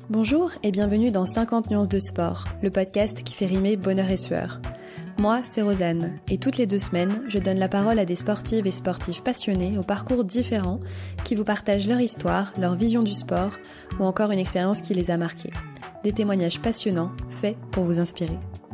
Bonjour et bienvenue dans 50 nuances de sport, le podcast qui fait rimer bonheur et sueur. Moi, c'est Rosanne, et toutes les 2 semaines, je donne la parole à des sportives et sportifs passionnés aux parcours différents qui vous partagent leur histoire, leur vision du sport ou encore une expérience qui les a marqués. Des témoignages passionnants, faits pour vous inspirer.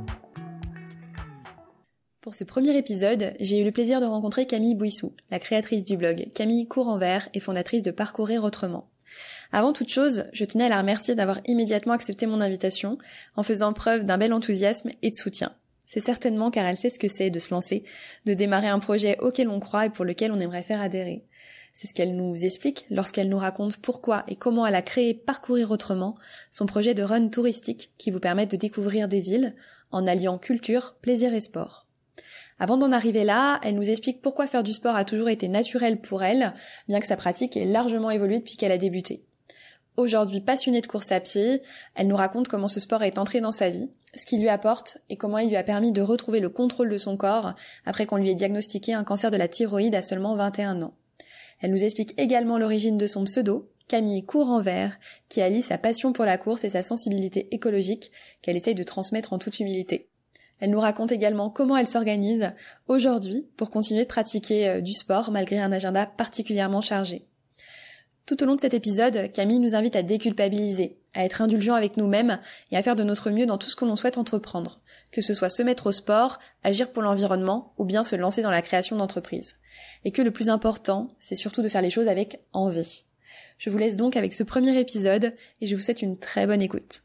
Pour ce premier épisode, j'ai eu le plaisir de rencontrer Camille Bouissou, la créatrice du blog Camille court en vert et fondatrice de Parcourir autrement. Avant toute chose, je tenais à la remercier d'avoir immédiatement accepté mon invitation en faisant preuve d'un bel enthousiasme et de soutien. C'est certainement car elle sait ce que c'est de se lancer, de démarrer un projet auquel on croit et pour lequel on aimerait faire adhérer. C'est ce qu'elle nous explique lorsqu'elle nous raconte pourquoi et comment elle a créé Parcourir autrement, son projet de run touristique qui vous permet de découvrir des villes en alliant culture, plaisir et sport. Avant d'en arriver là, elle nous explique pourquoi faire du sport a toujours été naturel pour elle, bien que sa pratique ait largement évolué depuis qu'elle a débuté. Aujourd'hui passionnée de course à pied, elle nous raconte comment ce sport est entré dans sa vie, ce qu'il lui apporte et comment il lui a permis de retrouver le contrôle de son corps après qu'on lui ait diagnostiqué un cancer de la thyroïde à seulement 21 ans. Elle nous explique également l'origine de son pseudo, Camille court en vert, qui allie sa passion pour la course et sa sensibilité écologique qu'elle essaye de transmettre en toute humilité. Elle nous raconte également comment elle s'organise aujourd'hui pour continuer de pratiquer du sport malgré un agenda particulièrement chargé. Tout au long de cet épisode, Camille nous invite à déculpabiliser, à être indulgents avec nous-mêmes et à faire de notre mieux dans tout ce que l'on souhaite entreprendre, que ce soit se mettre au sport, agir pour l'environnement ou bien se lancer dans la création d'entreprises. Et que le plus important, c'est surtout de faire les choses avec envie. Je vous laisse donc avec ce premier épisode et je vous souhaite une très bonne écoute.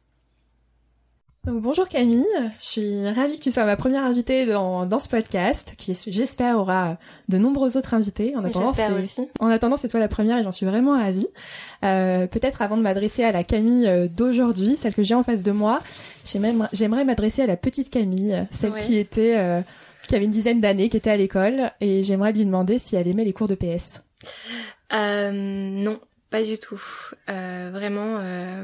Donc bonjour Camille, je suis ravie que tu sois ma première invitée dans ce podcast, qui j'espère aura de nombreux autres invités. En attendant, c'est toi la première et j'en suis vraiment ravie. Peut-être avant de m'adresser à la Camille d'aujourd'hui, celle que j'ai en face de moi, j'aimerais m'adresser à la petite Camille, celle qui avait une dizaine d'années, qui était à l'école, et j'aimerais lui demander si elle aimait les cours de PS. Non, pas du tout. Vraiment.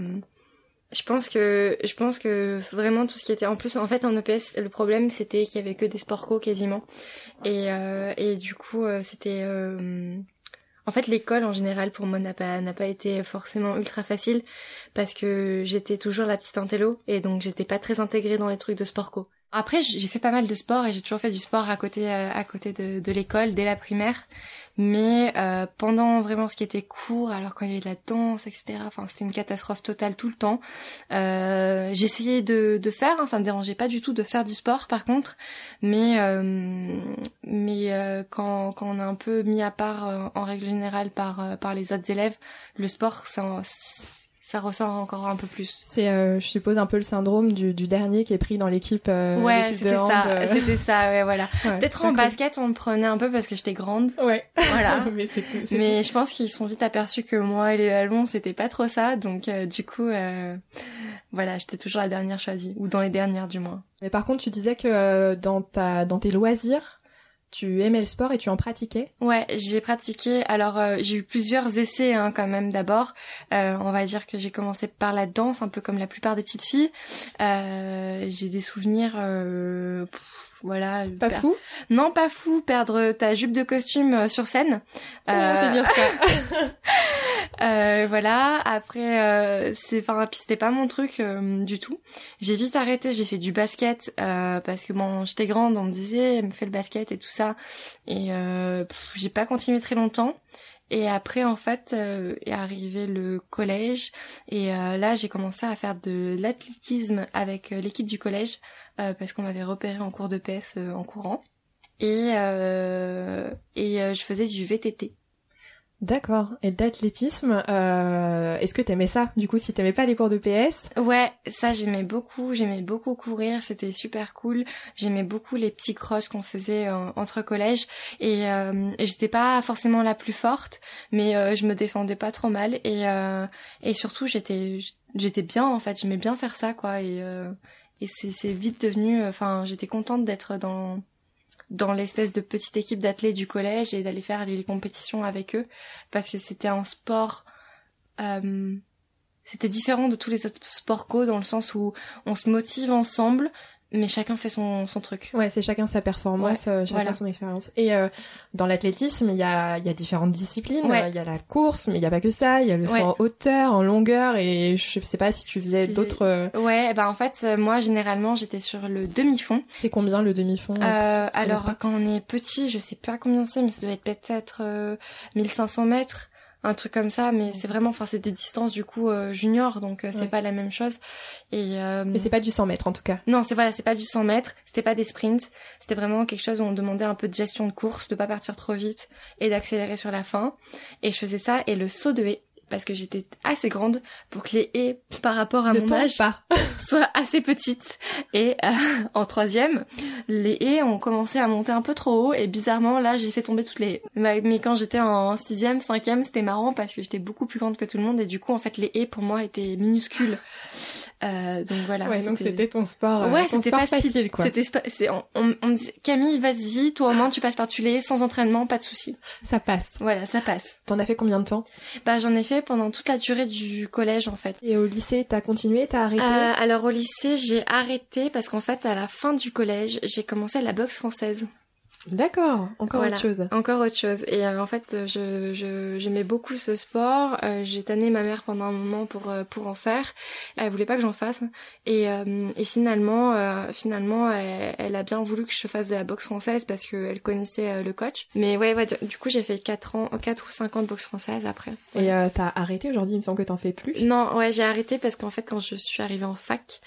Je pense que vraiment tout ce qui était en plus, en fait, en EPS, le problème c'était qu'il y avait que des sports co quasiment, et du coup c'était en fait l'école en général pour moi n'a pas été forcément ultra facile parce que j'étais toujours la petite intello et donc j'étais pas très intégrée dans les trucs de sport co. Après j'ai fait pas mal de sport et j'ai toujours fait du sport à côté de l'école dès la primaire. Mais pendant vraiment ce qui était cours, alors quand il y avait de la danse, etc., enfin c'était une catastrophe totale tout le temps. J'essayais de faire, ça me dérangeait pas du tout de faire du sport par contre, mais quand on est un peu mis à part en règle générale par les autres élèves, le sport ça ressort encore un peu plus. C'est, je suppose, un peu le syndrome du dernier qui est pris dans l'équipe, l'équipe de hand. C'était ça, ouais, voilà. Ouais, peut-être en basket, on me prenait un peu parce que j'étais grande. Ouais. Voilà. Mais mais je pense qu'ils sont vite aperçus que moi et les ballons, c'était pas trop ça. Donc, du coup, voilà, j'étais toujours la dernière choisie. Ou dans les dernières, du moins. Mais par contre, tu disais que dans tes loisirs, tu aimais le sport et tu en pratiquais? Ouais, j'ai pratiqué. Alors, j'ai eu plusieurs essais quand même d'abord. On va dire que j'ai commencé par la danse, un peu comme la plupart des petites filles. J'ai des souvenirs... voilà. Pas fou? Non, pas fou. Perdre ta jupe de costume sur scène. C'est dire ça. Voilà. Après, c'était pas mon truc du tout. J'ai vite arrêté. J'ai fait du basket parce que bon, j'étais grande. On me disait, me fais le basket et tout ça. Et j'ai pas continué très longtemps. Et après, en fait, est arrivé le collège. Et là, j'ai commencé à faire de l'athlétisme avec l'équipe du collège parce qu'on m'avait repéré en cours de PS en courant. Et je faisais du VTT. D'accord. Et d'athlétisme, est-ce que t'aimais ça, du coup, si t'aimais pas les cours de PS? Ouais, ça j'aimais beaucoup courir, c'était super cool. J'aimais beaucoup les petits cross qu'on faisait entre collèges et j'étais pas forcément la plus forte, mais je me défendais pas trop mal et surtout j'étais bien en fait, j'aimais bien faire ça quoi et c'est vite devenu j'étais contente d'être dans l'espèce de petite équipe d'athlètes du collège et d'aller faire les compétitions avec eux parce que c'était un sport c'était différent de tous les autres sports co dans le sens où on se motive ensemble mais chacun fait son truc. Ouais, c'est chacun sa performance, chacun son expérience. Et dans l'athlétisme, il y a différentes disciplines. Il y a la course, mais il y a pas que ça. Il y a le saut en hauteur, en longueur, et je sais pas si tu faisais d'autres. Ouais, en fait, moi généralement j'étais sur le demi-fond. C'est combien le demi-fond Alors quand on est petit, je sais pas combien c'est, mais ça doit être peut-être 1500 mètres. Un truc comme ça, mais c'est vraiment, c'est des distances du coup junior, donc c'est pas la même chose. Et mais c'est pas du 100 mètres en tout cas. Non, c'est pas du 100 mètres, c'était pas des sprints, c'était vraiment quelque chose où on demandait un peu de gestion de course, de pas partir trop vite et d'accélérer sur la fin. Et je faisais ça, et le saut de haie, parce que j'étais assez grande pour que les haies par rapport à mon âge soient assez petites. Et en 3e, les haies ont commencé à monter un peu trop haut, et bizarrement là j'ai fait tomber toutes les haies. Mais quand j'étais en 6e, 5e, c'était marrant parce que j'étais beaucoup plus grande que tout le monde, et du coup en fait les haies pour moi étaient minuscules. Donc voilà. Ouais, donc c'était ton sport. Ouais, ton c'était sport facile quoi. On me disait, Camille, vas-y, toi au moins tu passes par-dessus les haies sans entraînement, pas de souci. Ça passe. Voilà, ça passe. T'en as fait combien de temps? J'en ai fait pendant toute la durée du collège en fait. Et au lycée, t'as continué, t'as arrêté? Alors au lycée, j'ai arrêté parce qu'en fait à la fin du collège, j'ai commencé la boxe française. D'accord, encore autre chose. Encore autre chose. Et en fait, j'aimais beaucoup ce sport. J'ai tanné ma mère pendant un moment pour en faire. Elle voulait pas que j'en fasse. Et finalement, elle a bien voulu que je fasse de la boxe française parce que elle connaissait le coach. Mais ouais, du coup, j'ai fait 4 ou 5 ans de boxe française après. Et t'as arrêté aujourd'hui? Il me semble que t'en fais plus. Non, ouais, j'ai arrêté parce qu'en fait, quand je suis arrivée en fac,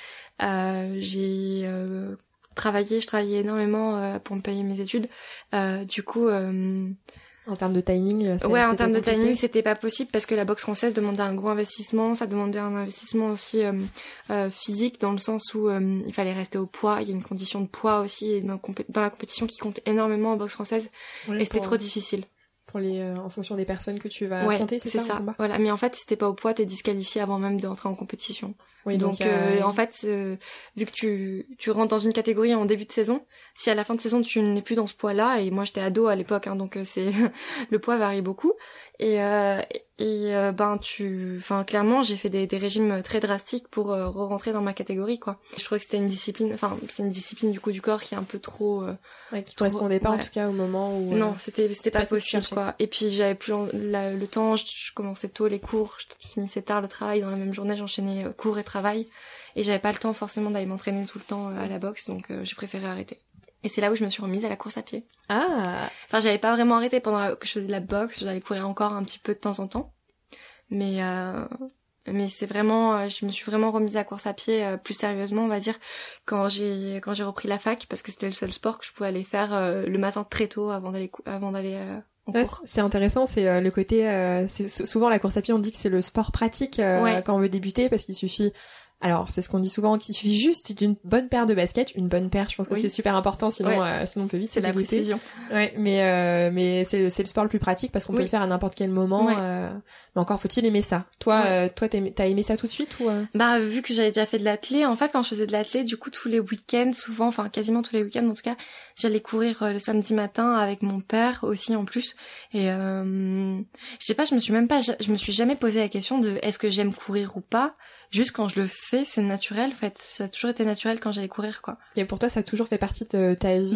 j'ai je travaillais énormément pour me payer mes études. Du coup, en termes de timing, en termes de timing, c'était pas possible parce que la boxe française demandait un gros investissement. Ça demandait un investissement aussi physique, dans le sens où il fallait rester au poids. Il y a une condition de poids aussi, et dans la compétition qui compte énormément en boxe française. Et c'était trop difficile. Pour en fonction des personnes que tu vas affronter, c'est ça? Voilà. Mais en fait, si t'es pas au poids, t'es disqualifié avant même d'entrer en compétition. Oui, donc en fait, vu que tu rentres dans une catégorie en début de saison, si à la fin de saison tu n'es plus dans ce poids-là, et moi j'étais ado à l'époque, donc c'est le poids varie beaucoup. Et clairement j'ai fait des régimes très drastiques pour re-rentrer dans ma catégorie, quoi. Je trouvais que c'était c'est une discipline du coup du corps qui est un peu trop qui correspondait pas en tout cas au moment où non, c'était pas possible, quoi. Et puis j'avais plus le temps, je commençais tôt les cours, je finissais tard le travail, dans la même journée j'enchaînais cours et travail, et j'avais pas le temps forcément d'aller m'entraîner tout le temps à la boxe, donc j'ai préféré arrêter. Et c'est là où je me suis remise à la course à pied. J'avais pas vraiment arrêté pendant que je faisais de la boxe, j'allais courir encore un petit peu de temps en temps. Mais c'est vraiment, je me suis vraiment remise à la course à pied plus sérieusement, on va dire, quand j'ai repris la fac, parce que c'était le seul sport que je pouvais aller faire le matin très tôt avant d'aller en cours. C'est intéressant, c'est le côté, c'est souvent la course à pied, on dit que c'est le sport pratique quand on veut débuter, parce qu'il suffit. Alors, c'est ce qu'on dit souvent, qu'il suffit juste d'une bonne paire de baskets, une bonne paire, je pense que c'est super important, sinon on peut vite se dégoûter. C'est la précision. Ouais, mais c'est le sport le plus pratique parce qu'on peut le faire à n'importe quel moment. Mais encore faut-il aimer ça. Toi, t'as aimé ça tout de suite ou vu que j'avais déjà fait de l'athlé, en fait, quand je faisais de l'athlé, du coup, tous les week-ends, souvent, quasiment tous les week-ends, en tout cas, j'allais courir le samedi matin avec mon père aussi, en plus. Et je sais pas, je me suis jamais posé la question de est-ce que j'aime courir ou pas. Juste quand je le fais, c'est naturel, en fait. Ça a toujours été naturel quand j'allais courir, quoi. Et pour toi, ça a toujours fait partie de ta vie?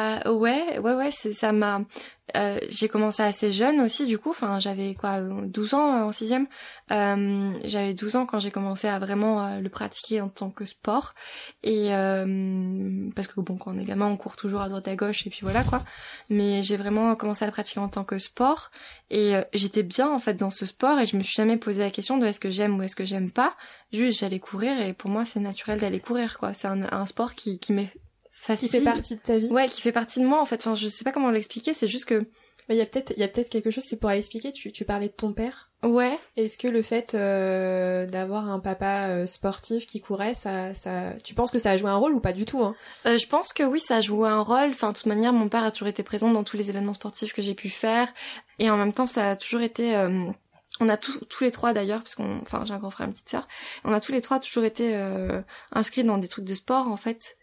Ouais, ça m'a... j'ai commencé assez jeune aussi, du coup, j'avais 12 ans en 6e. J'avais 12 ans quand j'ai commencé à vraiment le pratiquer en tant que sport. Et parce que quand on est gamin, on court toujours à droite à gauche, et puis voilà, quoi. Mais j'ai vraiment commencé à le pratiquer en tant que sport. Et j'étais bien, en fait, dans ce sport, et je me suis jamais posé la question de est-ce que j'aime ou est-ce que j'aime pas. Juste, j'allais courir, et pour moi, c'est naturel d'aller courir, quoi. C'est un sport qui m'est facile. Qui fait partie de ta vie. Ouais, qui fait partie de moi, en fait. Je sais pas comment l'expliquer, c'est juste que... Mais il y a peut-être quelque chose, c'est pour expliquer, tu parlais de ton père. Ouais. Est-ce que le fait d'avoir un papa sportif qui courait, ça tu penses que ça a joué un rôle ou pas du tout, hein? Je pense que oui, ça a joué un rôle. De toute manière, mon père a toujours été présent dans tous les événements sportifs que j'ai pu faire, et en même temps, ça a toujours été on a tous les trois d'ailleurs, parce j'ai un grand frère et une petite sœur. On a tous les trois toujours été inscrits dans des trucs de sport, en fait.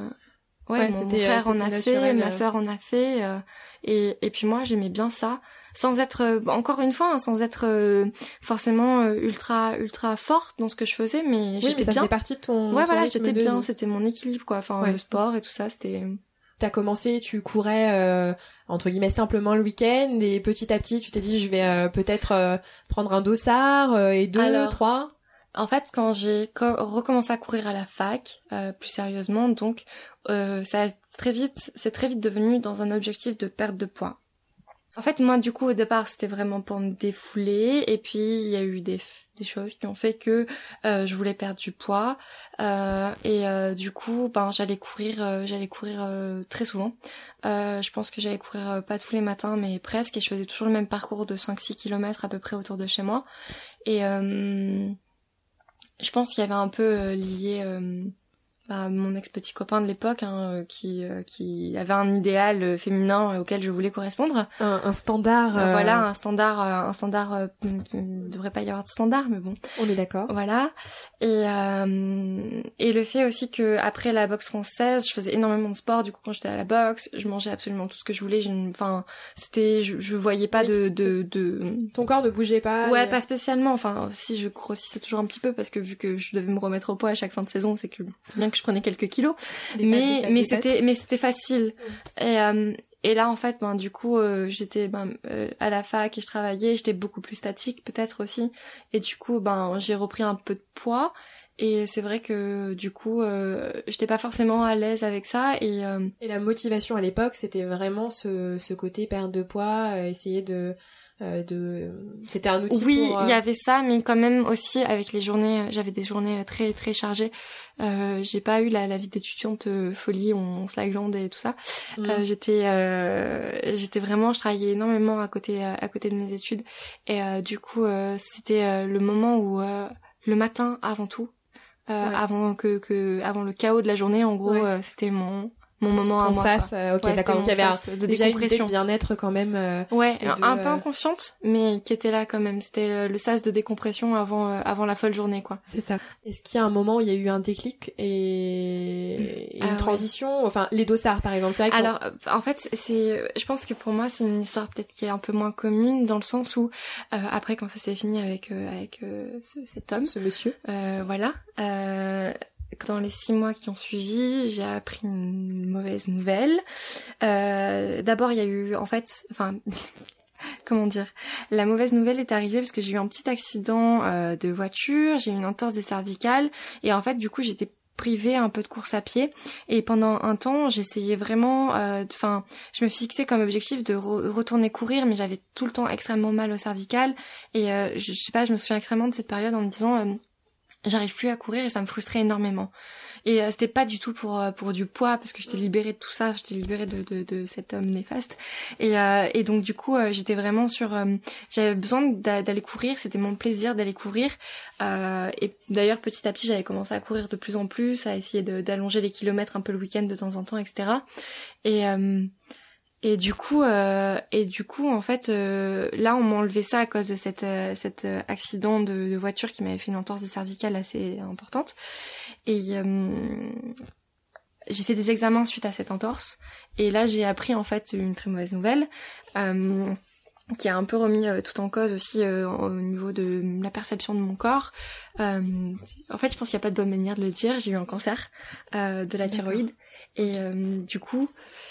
Mon frère en a fait, ma sœur en a fait, et puis moi j'aimais bien ça. sans être encore une fois, hein, sans être forcément ultra forte dans ce que je faisais, mais j'étais mais ça bien. faisait partie de ton Ouais, ton voilà, rythme j'étais de bien, vie. c'était mon équilibre, quoi. Enfin, le sport et tout ça, c'était... T'as commencé, tu courais entre guillemets simplement le week-end et petit à petit tu t'es dit je vais peut-être prendre un dossard et 2, 3. En fait, quand j'ai recommencé à courir à la fac, plus sérieusement, donc c'est très vite devenu dans un objectif de perte de poids. En fait, moi, du coup, au départ, c'était vraiment pour me défouler, et puis il y a eu des choses qui ont fait que je voulais perdre du poids, et du coup, j'allais courir très souvent. Je pense que j'allais courir pas tous les matins, mais presque, et je faisais toujours le même parcours de 5-6 kilomètres à peu près autour de chez moi. Et je pense qu'il y avait un peu lié mon ex-petit copain de l'époque, hein, qui avait un idéal féminin auquel je voulais correspondre. Un standard. Voilà, un standard qui ne devrait pas y avoir de standard, mais bon. On est d'accord. Voilà. Et le fait aussi que après la boxe française, je faisais énormément de sport. Du coup, quand j'étais à la boxe, je mangeais absolument tout ce que je voulais. Je voyais pas de... Ton corps ne bougeait pas. Ouais, pas spécialement. Enfin, si je grossissais toujours un petit peu parce que vu que je devais me remettre au poids à chaque fin de saison, c'est bien que je prenais quelques kilos. Mais c'était facile. Et là, en fait, du coup, j'étais à la fac et je travaillais, j'étais beaucoup plus statique peut-être aussi. Et du coup, j'ai repris un peu de poids. Et c'est vrai que du coup, j'étais pas forcément à l'aise avec ça. Et la motivation à l'époque, c'était vraiment ce côté perte de poids, essayer c'était un outil. Oui, il y avait ça, mais quand même aussi avec les journées, j'avais des journées très très chargées. J'ai pas eu la vie d'étudiante folie, on se la glande et tout ça. J'étais vraiment, je travaillais énormément à côté de mes études, et du coup c'était le moment où le matin avant tout, avant le chaos de la journée, en gros, c'était mon moment à moi. Sas, ok, d'accord. Donc il y avait déjà une idée de bien-être quand même. Un peu inconsciente, mais qui était là quand même. C'était le sas de décompression avant la folle journée, quoi. C'est ça. Est-ce qu'il y a un moment où il y a eu un déclic et une transition, enfin les dossards par exemple. C'est vrai alors en fait, je pense que pour moi c'est une histoire peut-être qui est un peu moins commune dans le sens où après quand ça s'est fini avec cet homme, ce monsieur, voilà. Dans les 6 mois qui ont suivi, j'ai appris une mauvaise nouvelle. D'abord, il y a eu, comment dire, la mauvaise nouvelle est arrivée parce que j'ai eu un petit accident de voiture, j'ai eu une entorse des cervicales, et en fait, du coup, j'étais privée un peu de course à pied, et pendant un temps j'essayais vraiment je me fixais comme objectif de retourner courir, mais j'avais tout le temps extrêmement mal au cervical, et je sais pas, je me souviens extrêmement de cette période en me disant j'arrive plus à courir, et ça me frustrait énormément. Et c'était pas du tout pour du poids, parce que j'étais libérée de tout ça, j'étais libérée de cet homme néfaste. Et donc du coup, j'étais vraiment j'avais besoin d'aller courir, c'était mon plaisir d'aller courir. Et d'ailleurs, petit à petit, j'avais commencé à courir de plus en plus, à essayer d'allonger les kilomètres un peu le week-end de temps en temps, etc. Et du coup, en fait, là, on m'a enlevé ça à cause de cet accident de voiture qui m'avait fait une entorse des cervicales assez importante. Et j'ai fait des examens suite à cette entorse. Et là, j'ai appris en fait une très mauvaise nouvelle, qui a un peu remis tout en cause aussi au niveau de la perception de mon corps. En fait, je pense qu'il n'y a pas de bonne manière de le dire. J'ai eu un cancer de la thyroïde. Et du coup...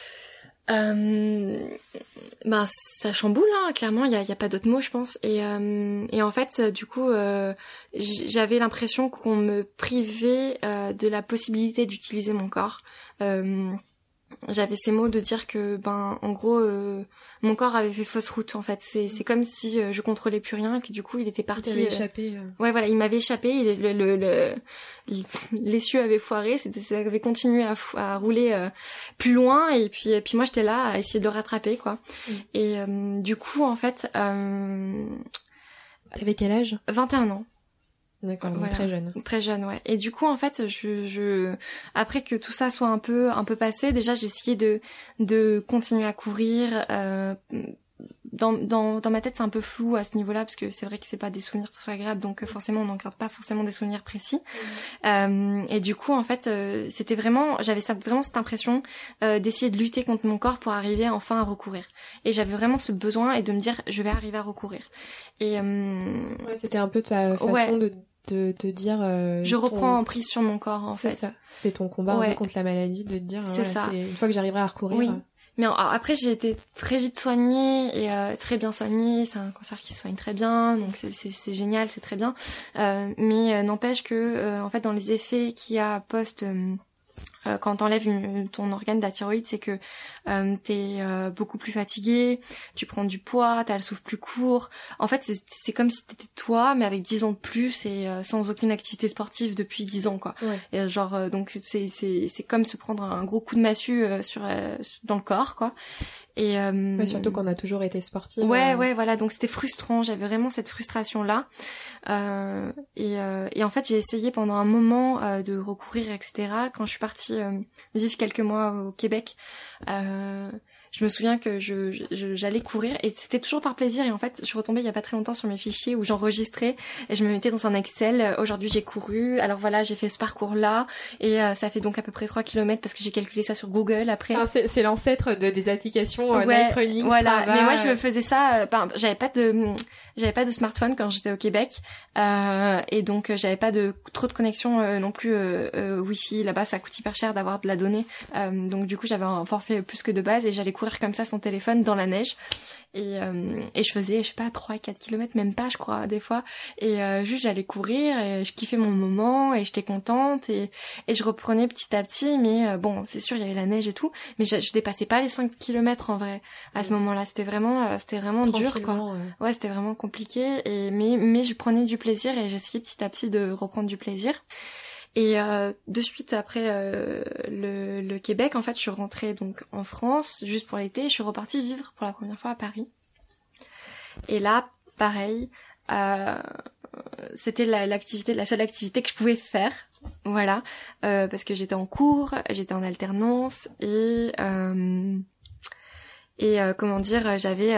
ça chamboule, hein, clairement, il y a pas d'autre mot, je pense. Et en fait, du coup, j'avais l'impression qu'on me privait de la possibilité d'utiliser mon corps. J'avais ces mots de dire que en gros mon corps avait fait fausse route, en fait. C'est comme si je contrôlais plus rien, et que du coup il était parti. Il t'avait échappé. Ouais, voilà, il m'avait échappé, l'essieu avait foiré, ça avait continué à rouler plus loin, et puis moi j'étais là à essayer de le rattraper, quoi. Et du coup, en fait, t'avais quel âge? 21 ans. D'accord, donc très jeune. Très jeune, ouais. Et du coup, en fait, après que tout ça soit un peu passé, déjà, j'ai essayé de continuer à courir, dans ma tête c'est un peu flou à ce niveau-là parce que c'est vrai que c'est pas des souvenirs très agréables, donc forcément on n'en garde pas forcément des souvenirs précis. Et du coup en fait c'était vraiment, j'avais vraiment cette impression d'essayer de lutter contre mon corps pour arriver enfin à recourir. Et j'avais vraiment ce besoin et de me dire je vais arriver à recourir. Et c'était un peu ta façon de te dire je reprends en prise sur mon corps en fait. C'est ça. C'était ton combat un peu contre la maladie, de te dire c'est ça. Une fois que j'arriverai à recourir. Oui. Mais après j'ai été très vite soignée et très bien soignée, c'est un cancer qui soigne très bien, donc c'est génial, c'est très bien. Mais n'empêche que en fait dans les effets qu'il y a post quand t'enlèves ton organe de la thyroïde, c'est que t'es beaucoup plus fatigué, tu prends du poids, t'as le souffle plus court. En fait, c'est comme si t'étais toi, mais avec 10 ans de plus et sans aucune activité sportive depuis 10 ans, quoi. Ouais. Et genre, donc c'est comme se prendre un gros coup de massue dans le corps, quoi. Et surtout qu'on a toujours été sportive. Ouais, voilà. Donc c'était frustrant. J'avais vraiment cette frustration là. Et en fait, j'ai essayé pendant un moment de recourir, etc. Quand je suis partie vivre quelques mois au Québec, je me souviens que j'allais courir et c'était toujours par plaisir. Et en fait, je suis retombée il y a pas très longtemps sur mes fichiers où j'enregistrais et je me mettais dans un Excel. Aujourd'hui, j'ai couru. Alors voilà, j'ai fait ce parcours-là et ça fait donc à peu près 3 kilomètres parce que j'ai calculé ça sur Google après. Ah, c'est l'ancêtre des applications Nike Running. Voilà. Strava. Mais moi, je me faisais ça. J'avais pas de smartphone quand j'étais au Québec et donc j'avais pas trop de connexion non plus Wi-Fi. Là-bas, ça coûte hyper cher d'avoir de la donnée. Donc du coup, j'avais un forfait plus que de base et j'allais courir comme ça sans téléphone dans la neige et je faisais je sais pas 3-4 kilomètres, même pas je crois des fois, et juste j'allais courir et je kiffais mon moment et j'étais contente et je reprenais petit à petit, mais bon c'est sûr il y avait la neige et tout, mais je dépassais pas les 5 kilomètres en vrai à ce moment-là. C'était vraiment dur quoi. Ouais, c'était vraiment compliqué mais je prenais du plaisir et j'essayais petit à petit de reprendre du plaisir. Et de suite après le Québec, en fait, je suis rentrée donc en France juste pour l'été. Et je suis repartie vivre pour la première fois à Paris. Et là, pareil, c'était la seule activité que je pouvais faire, voilà, parce que j'étais en cours, j'étais en alternance et comment dire, j'avais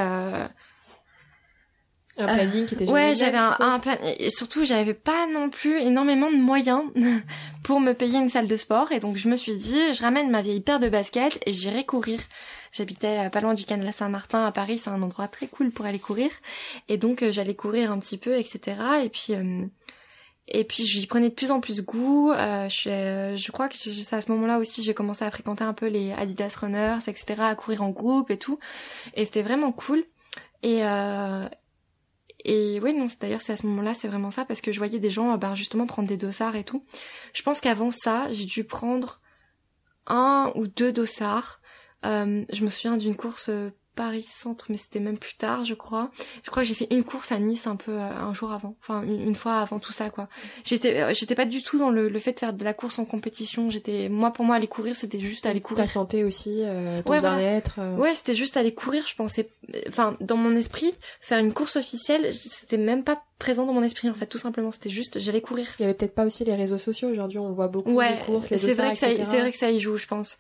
un planning qui était génial. Ouais, j'avais un plan et surtout j'avais pas non plus énormément de moyens pour me payer une salle de sport et donc je me suis dit je ramène ma vieille paire de baskets et j'irai courir. J'habitais pas loin du Canal Saint-Martin à Paris, c'est un endroit très cool pour aller courir et donc j'allais courir un petit peu, etc. Et puis j'y prenais de plus en plus goût. Je crois que c'est à ce moment-là aussi j'ai commencé à fréquenter un peu les Adidas Runners, etc. à courir en groupe et tout et c'était vraiment cool. Et oui, non, d'ailleurs c'est à ce moment-là, c'est vraiment ça, parce que je voyais des gens justement prendre des dossards et tout. Je pense qu'avant ça, j'ai dû prendre 1 ou 2 dossards. Je me souviens d'une course Paris-Centre, mais c'était même plus tard, je crois. Je crois que j'ai fait une course à Nice un peu un jour avant, enfin une fois avant tout ça, quoi. J'étais pas du tout dans le fait de faire de la course en compétition. Pour moi aller courir, c'était juste aller courir. Ta santé aussi, ton bien-être. Voilà. Ouais, c'était juste aller courir. Je pensais, enfin dans mon esprit, faire une course officielle, c'était même pas présent dans mon esprit en fait. Tout simplement, c'était juste j'allais courir. Il y avait peut-être pas aussi les réseaux sociaux. Aujourd'hui, on voit beaucoup les courses, les dossards, etc. C'est vrai que ça y joue, je pense.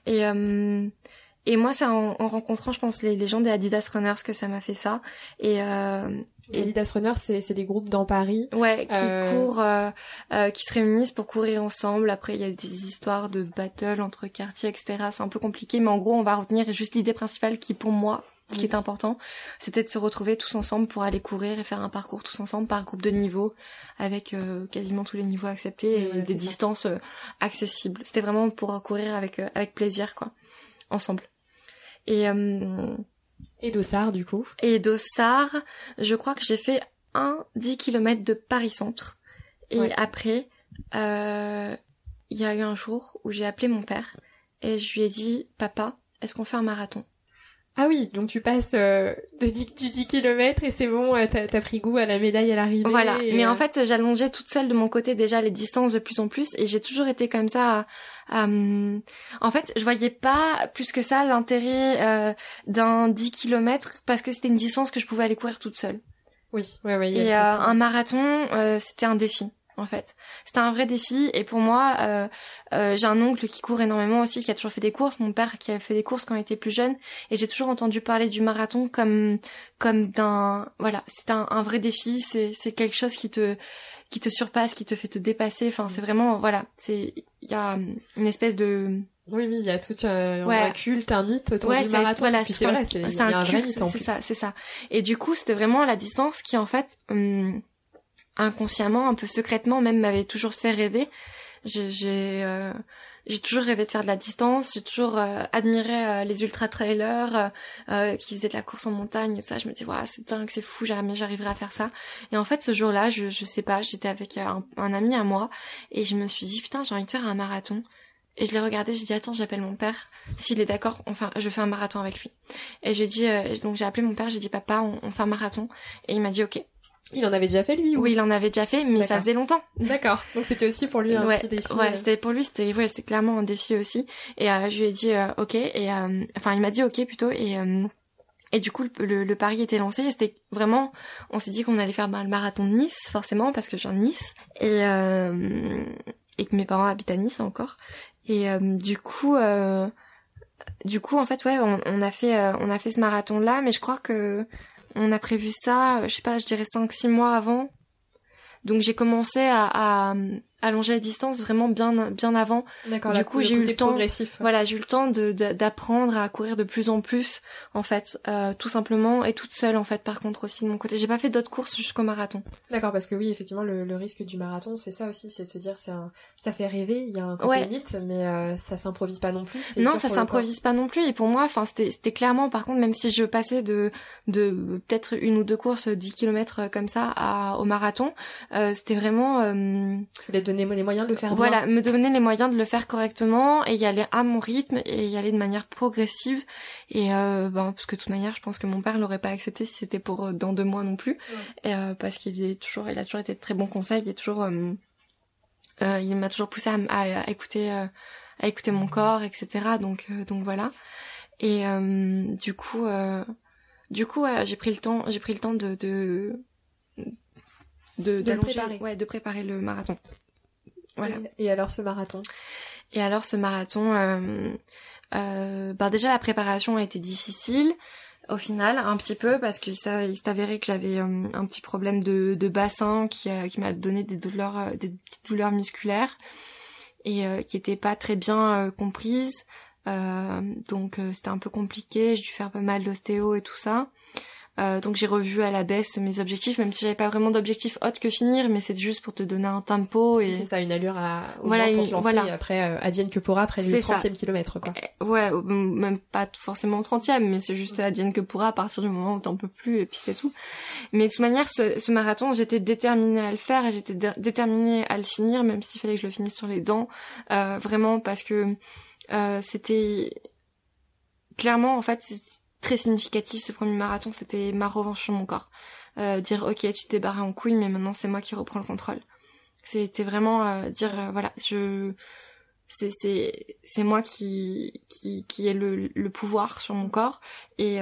Et moi, c'est en rencontrant, je pense, les gens des Adidas Runners que ça m'a fait ça. Et Adidas Runners, c'est des groupes dans Paris. Ouais, qui courent, qui se réunissent pour courir ensemble. Après, il y a des histoires de battle entre quartiers, etc. C'est un peu compliqué, mais en gros, on va retenir juste l'idée principale qui, pour moi, ce qui est important, c'était de se retrouver tous ensemble pour aller courir et faire un parcours tous ensemble par groupe de niveau, avec quasiment tous les niveaux acceptés et des distances accessibles. C'était vraiment pour courir avec plaisir, quoi, ensemble. Et Dossard, du coup. Et Dossard, je crois que j'ai fait 10 km de Paris-Centre. Et après, il y a eu un jour où j'ai appelé mon père et je lui ai dit « Papa, est-ce qu'on fait un marathon ?» Ah oui, donc tu passes du 10 km et c'est bon, t'as pris goût à la médaille à l'arrivée. Voilà, mais en fait j'allongeais toute seule de mon côté déjà les distances de plus en plus et j'ai toujours été comme ça. En fait, je voyais pas plus que ça l'intérêt d'un 10 km parce que c'était une distance que je pouvais aller courir toute seule. Oui. Et un marathon, c'était un défi. en fait. C'était un vrai défi et pour moi, j'ai un oncle qui court énormément aussi, qui a toujours fait des courses, mon père qui a fait des courses quand il était plus jeune et j'ai toujours entendu parler du marathon comme d'un, voilà, c'est un vrai défi, c'est quelque chose qui te surpasse, qui te fait te dépasser, enfin c'est vraiment, voilà, il y a une espèce de... Oui, il y a tout un culte, un mythe autour du marathon. Voilà, puis c'est vrai, il y a un vrai mythe en plus. C'est ça. Et du coup, c'était vraiment la distance qui, en fait, inconsciemment, un peu secrètement, même m'avait toujours fait rêver. J'ai toujours rêvé de faire de la distance. J'ai toujours admiré les ultra-trailers qui faisaient de la course en montagne. Et ça, je me dis, ouais, c'est dingue, c'est fou, jamais j'arriverai à faire ça. Et en fait, ce jour-là, je sais pas, j'étais avec un ami à moi et je me suis dit, putain, j'ai envie de faire un marathon. Et je l'ai regardé, j'ai dit attends, j'appelle mon père, s'il est d'accord, enfin je fais un marathon avec lui. Et j'ai dit donc j'ai appelé mon père, j'ai dit papa, on fait un marathon et il m'a dit OK. Il en avait déjà fait lui ou... Oui, il en avait déjà fait mais ça faisait longtemps. D'accord. Donc c'était aussi pour lui un petit défi. Ouais, c'était pour lui, c'était clairement un défi aussi et je lui ai dit OK et enfin il m'a dit OK plutôt et du coup le pari était lancé et c'était vraiment, on s'est dit qu'on allait faire le marathon de Nice forcément parce que je viens de Nice et que mes parents habitent à Nice encore. Et du coup en fait ouais on a fait ce marathon là mais je crois que on a prévu ça je sais pas, je dirais 5-6 mois avant. Donc j'ai commencé à allonger la distance vraiment bien avant. D'accord, du coup j'ai eu le temps progressif. Voilà, j'ai eu le temps d'apprendre à courir de plus en plus en fait, tout simplement et toute seule en fait par contre aussi de mon côté. J'ai pas fait d'autres courses jusqu'au marathon. D'accord, parce que oui, effectivement le risque du marathon, c'est ça aussi, c'est de se dire ça fait rêver, il y a un côté mythe mais ça s'improvise pas non plus, non, ça s'improvise pas non plus et pour moi enfin c'était clairement par contre même si je passais de peut-être 1 ou 2 courses 10 km comme ça au marathon, c'était vraiment je voulais te donner les moyens de le faire bien. Voilà, me donner les moyens de le faire correctement et y aller à mon rythme et y aller de manière progressive et parce que de toute manière je pense que mon père l'aurait pas accepté si c'était pour dans 2 mois non plus. Et parce qu'il a toujours été de très bons conseils, il m'a toujours poussé à écouter mon corps, etc. Donc voilà. Et du coup j'ai pris le temps de préparer le marathon. Voilà. Et alors ce marathon déjà la préparation a été difficile au final un petit peu parce que il s'est avéré que j'avais un petit problème de bassin qui m'a donné des petites douleurs musculaires et qui étaient pas très bien comprises. Donc c'était un peu compliqué, j'ai dû faire pas mal d'ostéo et tout ça. Donc j'ai revu à la baisse mes objectifs, même si j'avais pas vraiment d'objectif autre que finir, mais c'est juste pour te donner un tempo et c'est ça, une allure pour te lancer et après advienne que pourra après le 30e kilomètre quoi. Ouais, même pas forcément 30e, mais c'est juste advienne que pourra à partir du moment où t'en peux plus et puis c'est tout. Mais de toute manière ce marathon, j'étais déterminée à le faire et j'étais déterminée à le finir même s'il fallait que je le finisse sur les dents, vraiment parce que c'était clairement en fait très significatif ce premier marathon, c'était ma revanche sur mon corps. Dire ok, tu t'es barré en couille mais maintenant c'est moi qui reprends le contrôle. C'était vraiment dire voilà, c'est moi qui ai le pouvoir sur mon corps et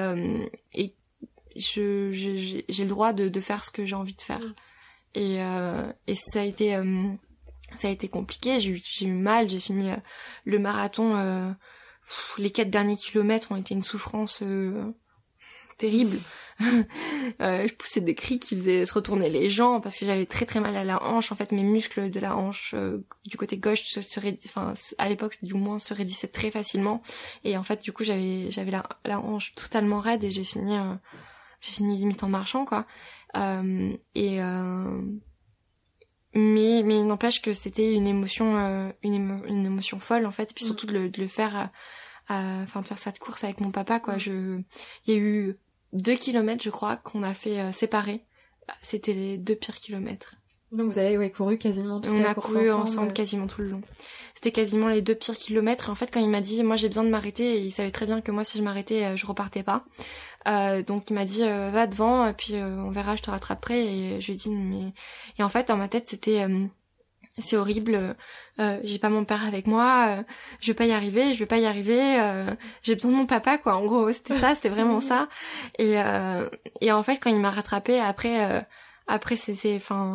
j'ai le droit de faire ce que j'ai envie de faire. Et ça a été compliqué, j'ai eu mal, j'ai fini le marathon les 4 derniers kilomètres ont été une souffrance terrible. Je poussais des cris qui faisaient se retourner les jambes parce que j'avais très très mal à la hanche. En fait, mes muscles de la hanche du côté gauche à l'époque du moins se raidissaient très facilement. Et en fait, du coup, j'avais la hanche totalement raide et j'ai fini limite en marchant quoi. Mais il n'empêche que c'était une émotion une émotion folle en fait et puis surtout de le faire de faire cette course avec mon papa quoi. Il y a eu 2 kilomètres je crois qu'on a fait séparés. C'était les 2 pires kilomètres. Donc vous avez couru quasiment toute la course ensemble. On a couru ensemble quasiment tout le long. C'était quasiment les 2 pires kilomètres et en fait quand il m'a dit moi j'ai besoin de m'arrêter et il savait très bien que moi si je m'arrêtais je repartais pas. Donc il m'a dit va devant et puis on verra, je te rattraperai et je lui ai dit mais et en fait dans ma tête c'était c'est horrible, j'ai pas mon père avec moi, je vais pas y arriver, j'ai besoin de mon papa quoi. En gros, c'était ça, c'était vraiment ça. Et en fait quand il m'a rattrapée après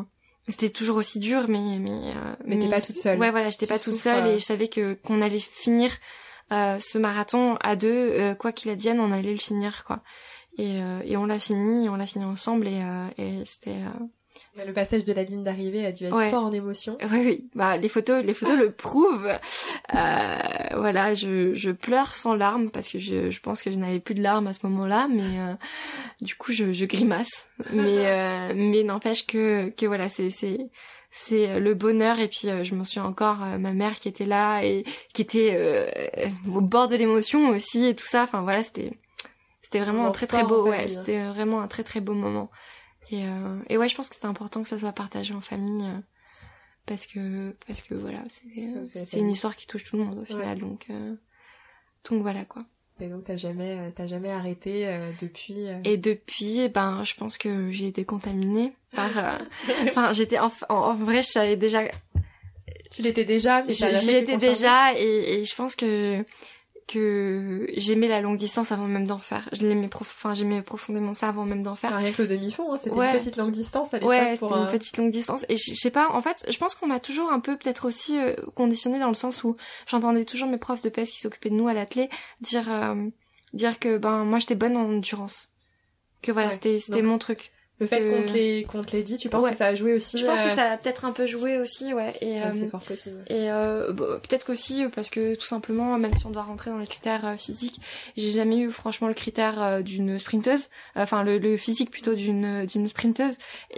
c'était toujours aussi dur, mais t'es pas toute seule. Ouais, voilà, j'étais pas toute seule et je savais qu'on allait finir ce marathon à deux, quoi qu'il advienne, on allait le finir, quoi. Et on l'a fini ensemble et c'était le passage de la ligne d'arrivée a dû être fort en émotion. Oui. Bah les photos le prouvent. Voilà, je pleure sans larmes parce que je pense que je n'avais plus de larmes à ce moment-là, mais du coup je grimace. Mais n'empêche que voilà, c'est le bonheur. Et puis je m'en souviens encore, ma mère qui était là et qui était au bord de l'émotion aussi et tout ça. Enfin voilà, c'était vraiment un très très beau. Ouais, c'était vraiment un très très beau moment. Et ouais, je pense que c'était important que ça soit partagé en famille parce que voilà, c'est une histoire qui touche tout le monde au final. Donc voilà quoi. Et donc t'as jamais arrêté depuis Et depuis, je pense que j'ai été contaminée par enfin j'étais en vrai, je savais déjà, tu l'étais déjà, mais j'y étais déjà et je pense que j'aimais la longue distance avant même d'en faire. J'aimais profondément ça avant même d'en faire. Rien que le demi-fond, c'était une petite longue distance à l'époque. Ouais, c'était une petite longue distance. Et je sais pas, en fait, je pense qu'on m'a toujours un peu peut-être aussi conditionné dans le sens où j'entendais toujours mes profs de PS qui s'occupaient de nous à l'athlé dire que moi j'étais bonne en endurance. Que voilà, c'était mon truc. Le fait qu'on te l'ait dit, tu penses que ça a joué aussi? Je pense que ça a peut-être un peu joué aussi, ouais. Et c'est fort possible. Et peut-être qu'aussi parce que tout simplement, même si on doit rentrer dans les critères physiques, j'ai jamais eu franchement le critère d'une sprinteuse, enfin le physique plutôt d'une sprinteuse.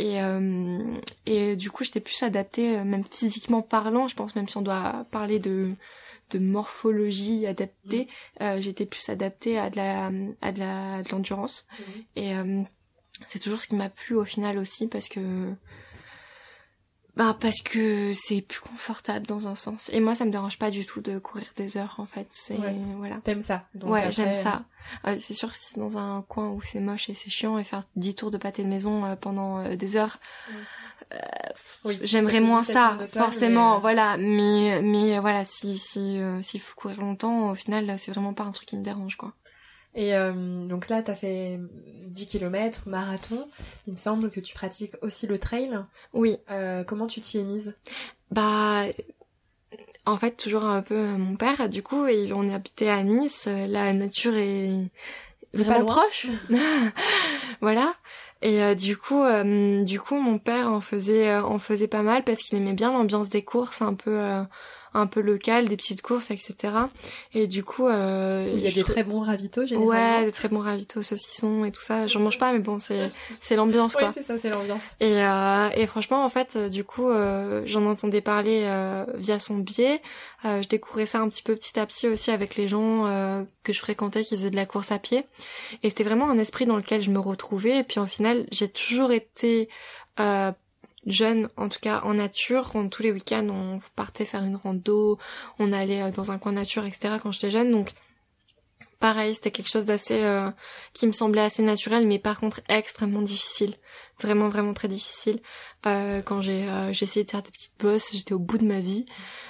Et du coup, j'étais plus adaptée, même physiquement parlant. Je pense même si on doit parler de morphologie adaptée, j'étais plus adaptée à de l'endurance. Et c'est toujours ce qui m'a plu au final aussi parce que c'est plus confortable dans un sens. Et moi ça me dérange pas du tout de courir des heures en fait, voilà. T'aimes ça? Donc ouais, j'aime ça. C'est sûr que si c'est dans un coin où c'est moche et c'est chiant et faire 10 tours de pâté de maison pendant des heures, j'aimerais moins ça forcément, voilà, mais voilà, s'il faut courir longtemps, au final c'est vraiment pas un truc qui me dérange quoi. Et donc là, t'as fait 10 km, marathon. Il me semble que tu pratiques aussi le trail. Oui. Comment tu t'y es mise? En fait, toujours un peu mon père, du coup, et on est habité à Nice. La nature est vraiment proche. Voilà. Et du coup, mon père en faisait pas mal parce qu'il aimait bien l'ambiance des courses, un peu locales, des petites courses, etc. Et du coup, il y a des très bons ravitaux, généralement. Ouais, des très bons ravitaux, saucissons et tout ça. J'en mange pas, mais bon, c'est l'ambiance, quoi. Ouais, c'est ça, c'est l'ambiance. Et franchement, en fait, du coup, j'en entendais parler via son biais. Je découvrais ça un petit peu petit à petit aussi avec les gens que je fréquentais qui faisaient de la course à pied. Et c'était vraiment un esprit dans lequel je me retrouvais. Et puis, au final, j'ai toujours été jeune, en tout cas en nature. Tous les week-ends on partait faire une rando, on allait dans un coin nature, etc. quand j'étais jeune, donc pareil, c'était quelque chose d'assez qui me semblait assez naturel, mais par contre extrêmement difficile, vraiment vraiment très difficile. Quand j'ai essayé de faire des petites bosses, j'étais au bout de ma vie,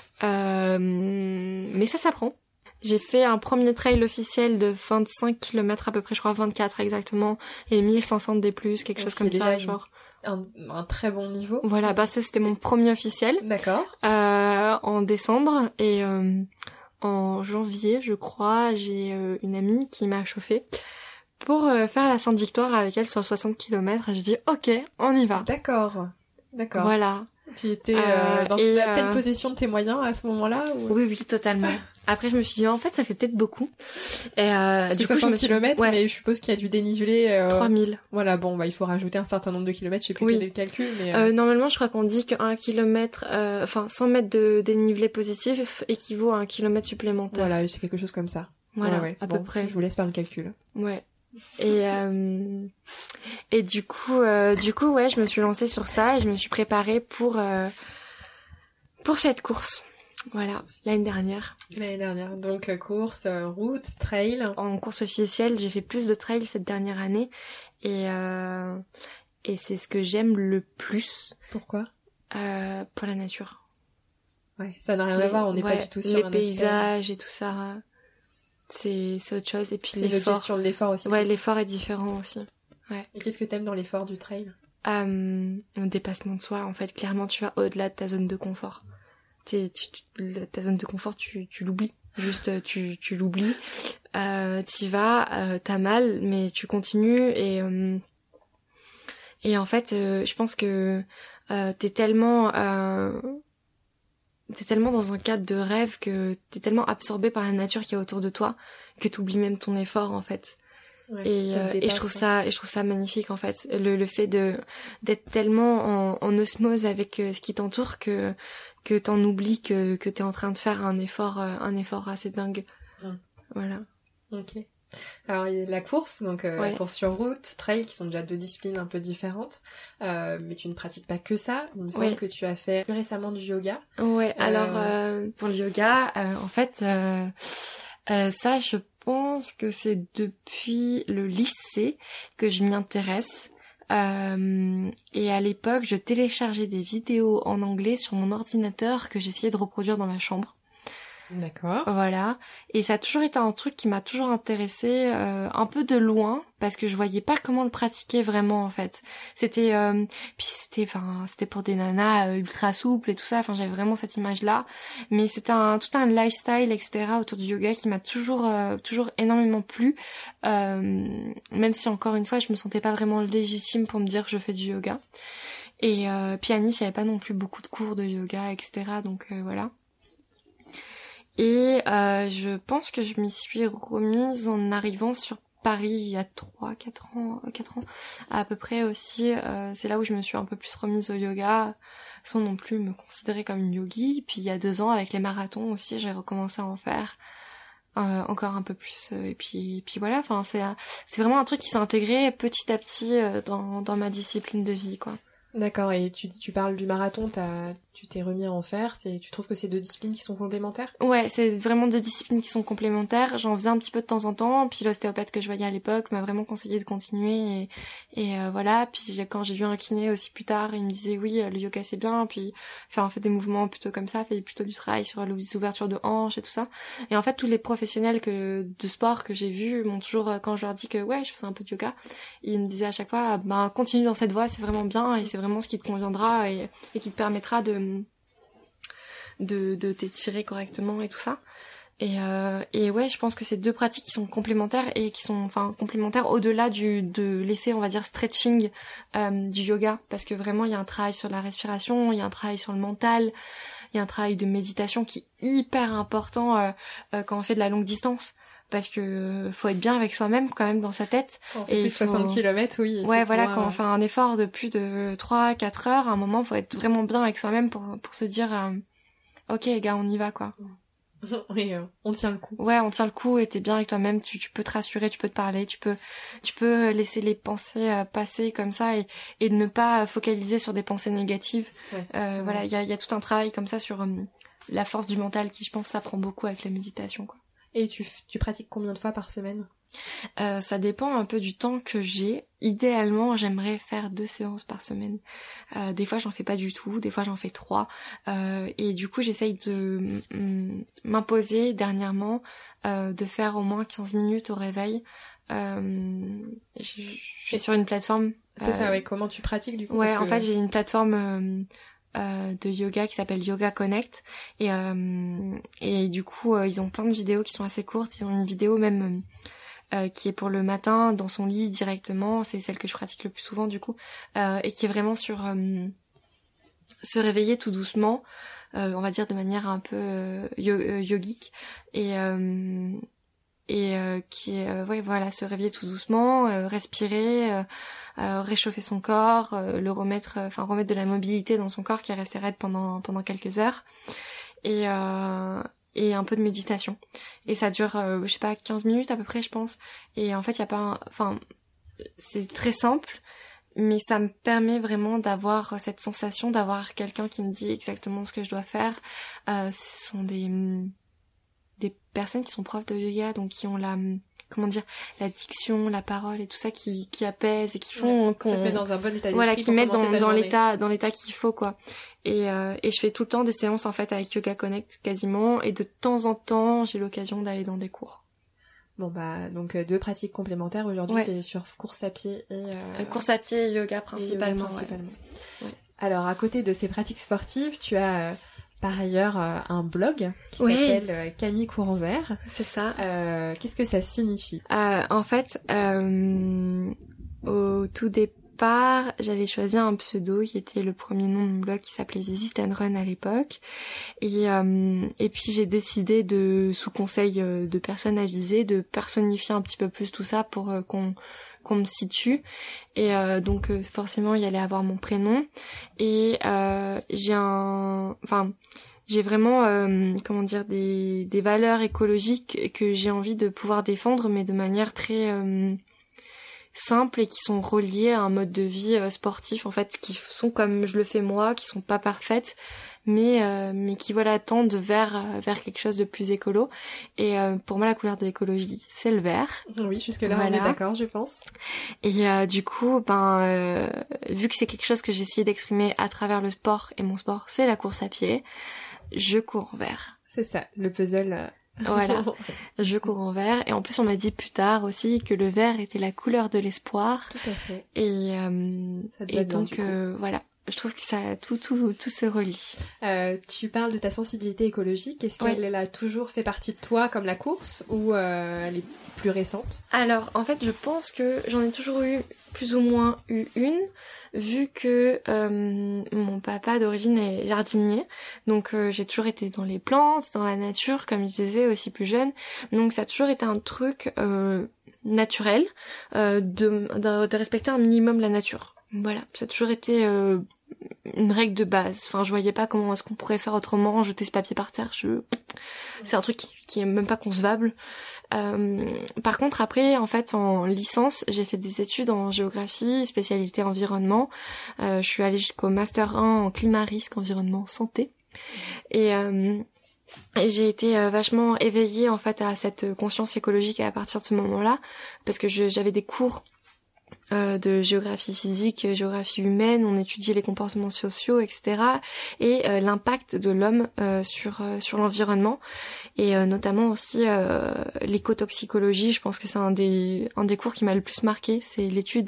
mais ça s'apprend. J'ai fait un premier trail officiel de 25 km à peu près, je crois 24 exactement, et 1500 D+, quelque chose comme ça, genre un très bon niveau. Voilà, ça c'était mon premier officiel. D'accord. En décembre et en janvier, je crois, j'ai une amie qui m'a chauffée pour faire la Sainte Victoire avec elle sur 60 km et je dis OK, on y va. D'accord. Voilà. Tu étais dans la pleine possession de tes moyens à ce moment-là ou... Oui, totalement. Après, je me suis dit, en fait, ça fait peut-être beaucoup. Et du 60 km, mais je suppose qu'il y a du dénivelé... 3000. Voilà, bon, il faut rajouter un certain nombre de kilomètres, je sais plus quel est le calcul, mais... Normalement, je crois qu'on dit qu'un kilomètre, 100 mètres de dénivelé positif équivaut à un kilomètre supplémentaire. Voilà, c'est quelque chose comme ça. Voilà, à peu près. Je vous laisse faire le calcul. Ouais. Et du coup, ouais, je me suis lancée sur ça et je me suis préparée pour cette course. Voilà, l'année dernière. Donc course, route, trail. En course officielle, j'ai fait plus de trail cette dernière année et c'est ce que j'aime le plus. Pourquoi? Pour la nature. Ouais, ça n'a rien à voir, on n'est pas du tout sur les paysages et tout ça. C'est autre chose. Et puis c'est une gestion de l'effort aussi. Ouais, l'effort est différent aussi. Ouais. Et qu'est-ce que t'aimes dans l'effort du trail? un dépassement de soi. En fait, clairement, tu vas au-delà de ta zone de confort. Ta zone de confort, tu l'oublies. Juste, tu l'oublies. T'y vas, t'as mal, mais tu continues et en fait, je pense que t'es tellement dans un cadre de rêve que t'es tellement absorbé par la nature qu'il y a autour de toi que t'oublies même ton effort en fait. Ouais, et je trouve ça magnifique en fait, le fait d'être tellement en osmose avec ce qui t'entoure que t'en oublies que t'es en train de faire un effort assez dingue. Voilà. Ok. Alors il y a la course, donc la course sur route, trail, qui sont déjà 2 disciplines un peu différentes, mais tu ne pratiques pas que ça. Il me semble que tu as fait plus récemment du yoga. Ouais. Alors pour le yoga, en fait, ça je pense que c'est depuis le lycée que je m'y intéresse. Et à l'époque, je téléchargeais des vidéos en anglais sur mon ordinateur que j'essayais de reproduire dans ma chambre. D'accord. Voilà. Et ça a toujours été un truc qui m'a toujours intéressée un peu de loin parce que je voyais pas comment le pratiquer vraiment en fait. C'était pour des nanas ultra souples et tout ça. Enfin, j'avais vraiment cette image-là. Mais c'était tout un lifestyle, etc. autour du yoga qui m'a toujours énormément plu. Même si encore une fois, je me sentais pas vraiment légitime pour me dire que je fais du yoga. Et puis à Nice, il y avait pas non plus beaucoup de cours de yoga, etc. Donc voilà. Et je pense que je m'y suis remise en arrivant sur Paris il y a 4 ans à peu près aussi. C'est là où je me suis un peu plus remise au yoga sans non plus me considérer comme une yogi. Puis il y a 2 ans avec les marathons aussi, j'ai recommencé à en faire encore un peu plus. Et puis voilà, enfin c'est vraiment un truc qui s'est intégré petit à petit dans ma discipline de vie, quoi. D'accord, et tu parles du marathon, tu t'es remis à en faire, tu trouves que c'est 2 disciplines qui sont complémentaires ? Ouais, c'est vraiment 2 disciplines qui sont complémentaires. J'en faisais un petit peu de temps en temps, puis l'ostéopathe que je voyais à l'époque m'a vraiment conseillé de continuer et voilà. Puis quand j'ai vu un kiné aussi plus tard, il me disait oui, le yoga c'est bien, puis fait des mouvements plutôt comme ça, fait plutôt du travail sur les ouvertures de hanches et tout ça. Et en fait, tous les professionnels de sport que j'ai vus m'ont toujours, quand je leur dis que ouais, je faisais un peu de yoga, ils me disaient à chaque fois, continue dans cette voie, c'est vraiment bien et c'est vraiment ce qui te conviendra et qui te permettra de t'étirer correctement et tout ça. Et ouais, je pense que c'est 2 pratiques qui sont complémentaires et qui sont complémentaires au-delà de l'effet, on va dire, stretching du yoga, parce que vraiment il y a un travail sur la respiration, il y a un travail sur le mental, il y a un travail de méditation qui est hyper important quand on fait de la longue distance. Parce que faut être bien avec soi-même quand même dans sa tête. Quand on fait plus de 60 km, oui. Ouais, voilà, quand on fait un effort de plus de 3-4 heures, à un moment, faut être vraiment bien avec soi-même pour se dire ok, gars, on y va, quoi. Oui, on tient le coup. Ouais, on tient le coup et t'es bien avec toi-même, tu peux te rassurer, tu peux te parler, tu peux laisser les pensées passer comme ça et ne pas focaliser sur des pensées négatives. Ouais. Voilà, il y a tout un travail comme ça sur la force du mental qui, je pense, s'apprend beaucoup avec la méditation, quoi. Et tu pratiques combien de fois par semaine ? Ça dépend un peu du temps que j'ai. Idéalement, j'aimerais faire 2 séances par semaine. Des fois, j'en fais pas du tout. Des fois, j'en fais 3. Et du coup, j'essaye de m'imposer dernièrement de faire au moins 15 minutes au réveil. Je suis sur une plateforme. C'est ça, ouais. Comment tu pratiques du coup ? Ouais, en fait, j'ai une plateforme de yoga qui s'appelle Yoga Connect et du coup ils ont plein de vidéos qui sont assez courtes. Ils ont une vidéo même qui est pour le matin dans son lit directement, c'est celle que je pratique le plus souvent du coup, et qui est vraiment sur se réveiller tout doucement, on va dire de manière un peu yogique et qui est ouais voilà, se réveiller tout doucement, respirer, réchauffer son corps, remettre de la mobilité dans son corps qui est resté raide pendant quelques heures et un peu de méditation. Et ça dure je sais pas 15 minutes à peu près, je pense. Et en fait, il y a pas c'est très simple, mais ça me permet vraiment d'avoir cette sensation d'avoir quelqu'un qui me dit exactement ce que je dois faire. Ce sont des personnes qui sont profs de yoga, donc qui ont la diction, la parole et tout ça qui apaise et qui font qu'on ça te met dans un bon état d'esprit, voilà, qui mettent dans l'état qu'il faut, quoi. Et je fais tout le temps des séances en fait avec Yoga Connect quasiment, et de temps en temps j'ai l'occasion d'aller dans des cours. Bon bah donc 2 pratiques complémentaires aujourd'hui. T'es sur course à pied et course à pied et yoga principalement. Ouais. Alors à côté de ces pratiques sportives, tu as par ailleurs un blog qui s'appelle Camille Court en Vert. C'est ça. Qu'est-ce que ça signifie? En fait, au tout départ, j'avais choisi un pseudo qui était le premier nom de mon blog qui s'appelait Visit and Run à l'époque. Et puis j'ai décidé sous conseil de personnes avisées, de personnifier un petit peu plus tout ça pour qu'on me situe. Et donc forcément il y allait avoir mon prénom. Et j'ai vraiment des valeurs écologiques que j'ai envie de pouvoir défendre, mais de manière très simples et qui sont reliées à un mode de vie sportif, en fait, qui sont comme je le fais moi, qui sont pas parfaites, mais qui tendent vers quelque chose de plus écolo. Et pour moi la couleur de l'écologie c'est le vert. Oui, jusque là on est d'accord, je pense. Et du coup vu que c'est quelque chose que j'ai essayé d'exprimer à travers le sport, et mon sport c'est la course à pied, je cours en vert. C'est ça, le puzzle. Voilà, je cours en vert. Et en plus on m'a dit plus tard aussi que le vert était la couleur de l'espoir. Tout à fait. Et donc voilà, je trouve que ça tout se relie. Tu parles de ta sensibilité écologique. Est-ce qu'elle a toujours fait partie de toi comme la course, ou elle est plus récente? Alors en fait je pense que j'en ai toujours plus ou moins eu une, vu que mon papa d'origine est jardinier, donc j'ai toujours été dans les plantes, dans la nature, comme je disais aussi plus jeune, donc ça a toujours été un truc naturel de respecter un minimum la nature. Voilà, ça a toujours été une règle de base. Enfin, je voyais pas comment est-ce qu'on pourrait faire autrement, jeter ce papier par terre. C'est un truc qui est même pas concevable. Par contre, après, en fait, en licence, j'ai fait des études en géographie, spécialité environnement. Je suis allée jusqu'au master 1 en climat, risque, environnement, santé. Et j'ai été vachement éveillée en fait à cette conscience écologique à partir de ce moment-là, parce que j'avais des cours de géographie physique, géographie humaine, on étudiait les comportements sociaux, etc. et l'impact de l'homme sur l'environnement, et notamment aussi l'écotoxicologie. Je pense que c'est un des cours qui m'a le plus marqué, c'est l'étude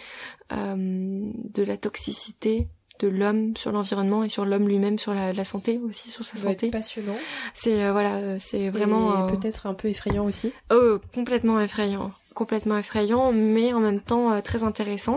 de la toxicité de l'homme sur l'environnement et sur l'homme lui-même, sur la santé aussi, sur sa santé. C'est passionnant. C'est vraiment peut-être un peu effrayant aussi. Complètement effrayant, mais en même temps très intéressant.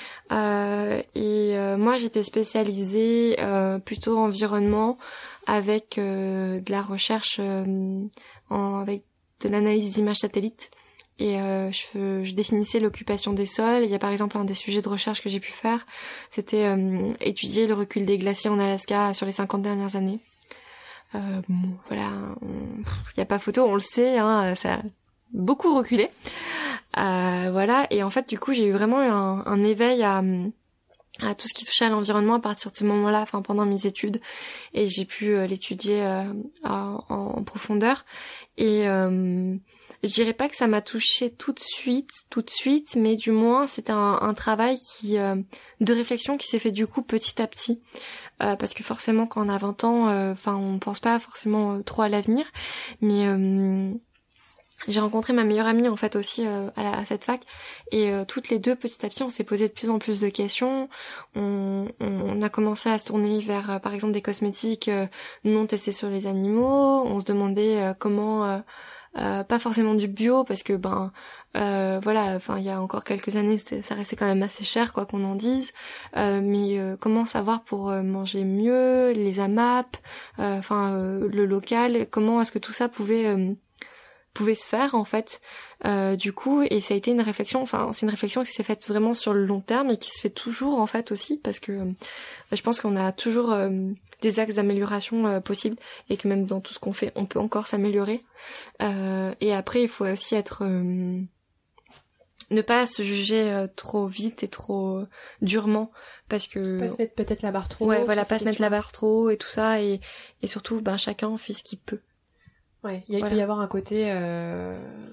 Moi j'étais spécialisée plutôt environnement, avec de la recherche avec de l'analyse d'images satellites, et je définissais l'occupation des sols. Il y a par exemple un des sujets de recherche que j'ai pu faire, c'était étudier le recul des glaciers en Alaska sur les 50 dernières années. Voilà, il y a pas photo, on le sait, hein, ça a beaucoup reculé. Voilà, et en fait du coup j'ai eu vraiment un éveil à tout ce qui touchait à l'environnement à partir de ce moment-là, enfin pendant mes études, et j'ai pu l'étudier en profondeur. Et je dirais pas que ça m'a touchée tout de suite, mais du moins c'était un travail de réflexion qui s'est fait du coup petit à petit, parce que forcément quand on a 20 ans, on pense pas forcément trop à l'avenir, mais j'ai rencontré ma meilleure amie en fait aussi à cette fac, et toutes les deux petit à petit on s'est posé de plus en plus de questions. On a commencé à se tourner vers par exemple des cosmétiques non testés sur les animaux. On se demandait comment pas forcément du bio, parce que il y a encore quelques années ça restait quand même assez cher quoi qu'on en dise, mais comment savoir pour manger mieux, les AMAP, le local, comment est-ce que tout ça pouvait se faire en fait, du coup. Et ça a été une réflexion, c'est une réflexion qui s'est faite vraiment sur le long terme et qui se fait toujours en fait aussi, parce que je pense qu'on a toujours des axes d'amélioration possibles, et que même dans tout ce qu'on fait on peut encore s'améliorer, et après il faut aussi être ne pas se juger trop vite et trop durement, parce que pas se mettre peut-être la barre trop haut, pas se mettre la barre trop haut et tout ça, et surtout chacun fait ce qu'il peut. Ouais, il peut y avoir un côté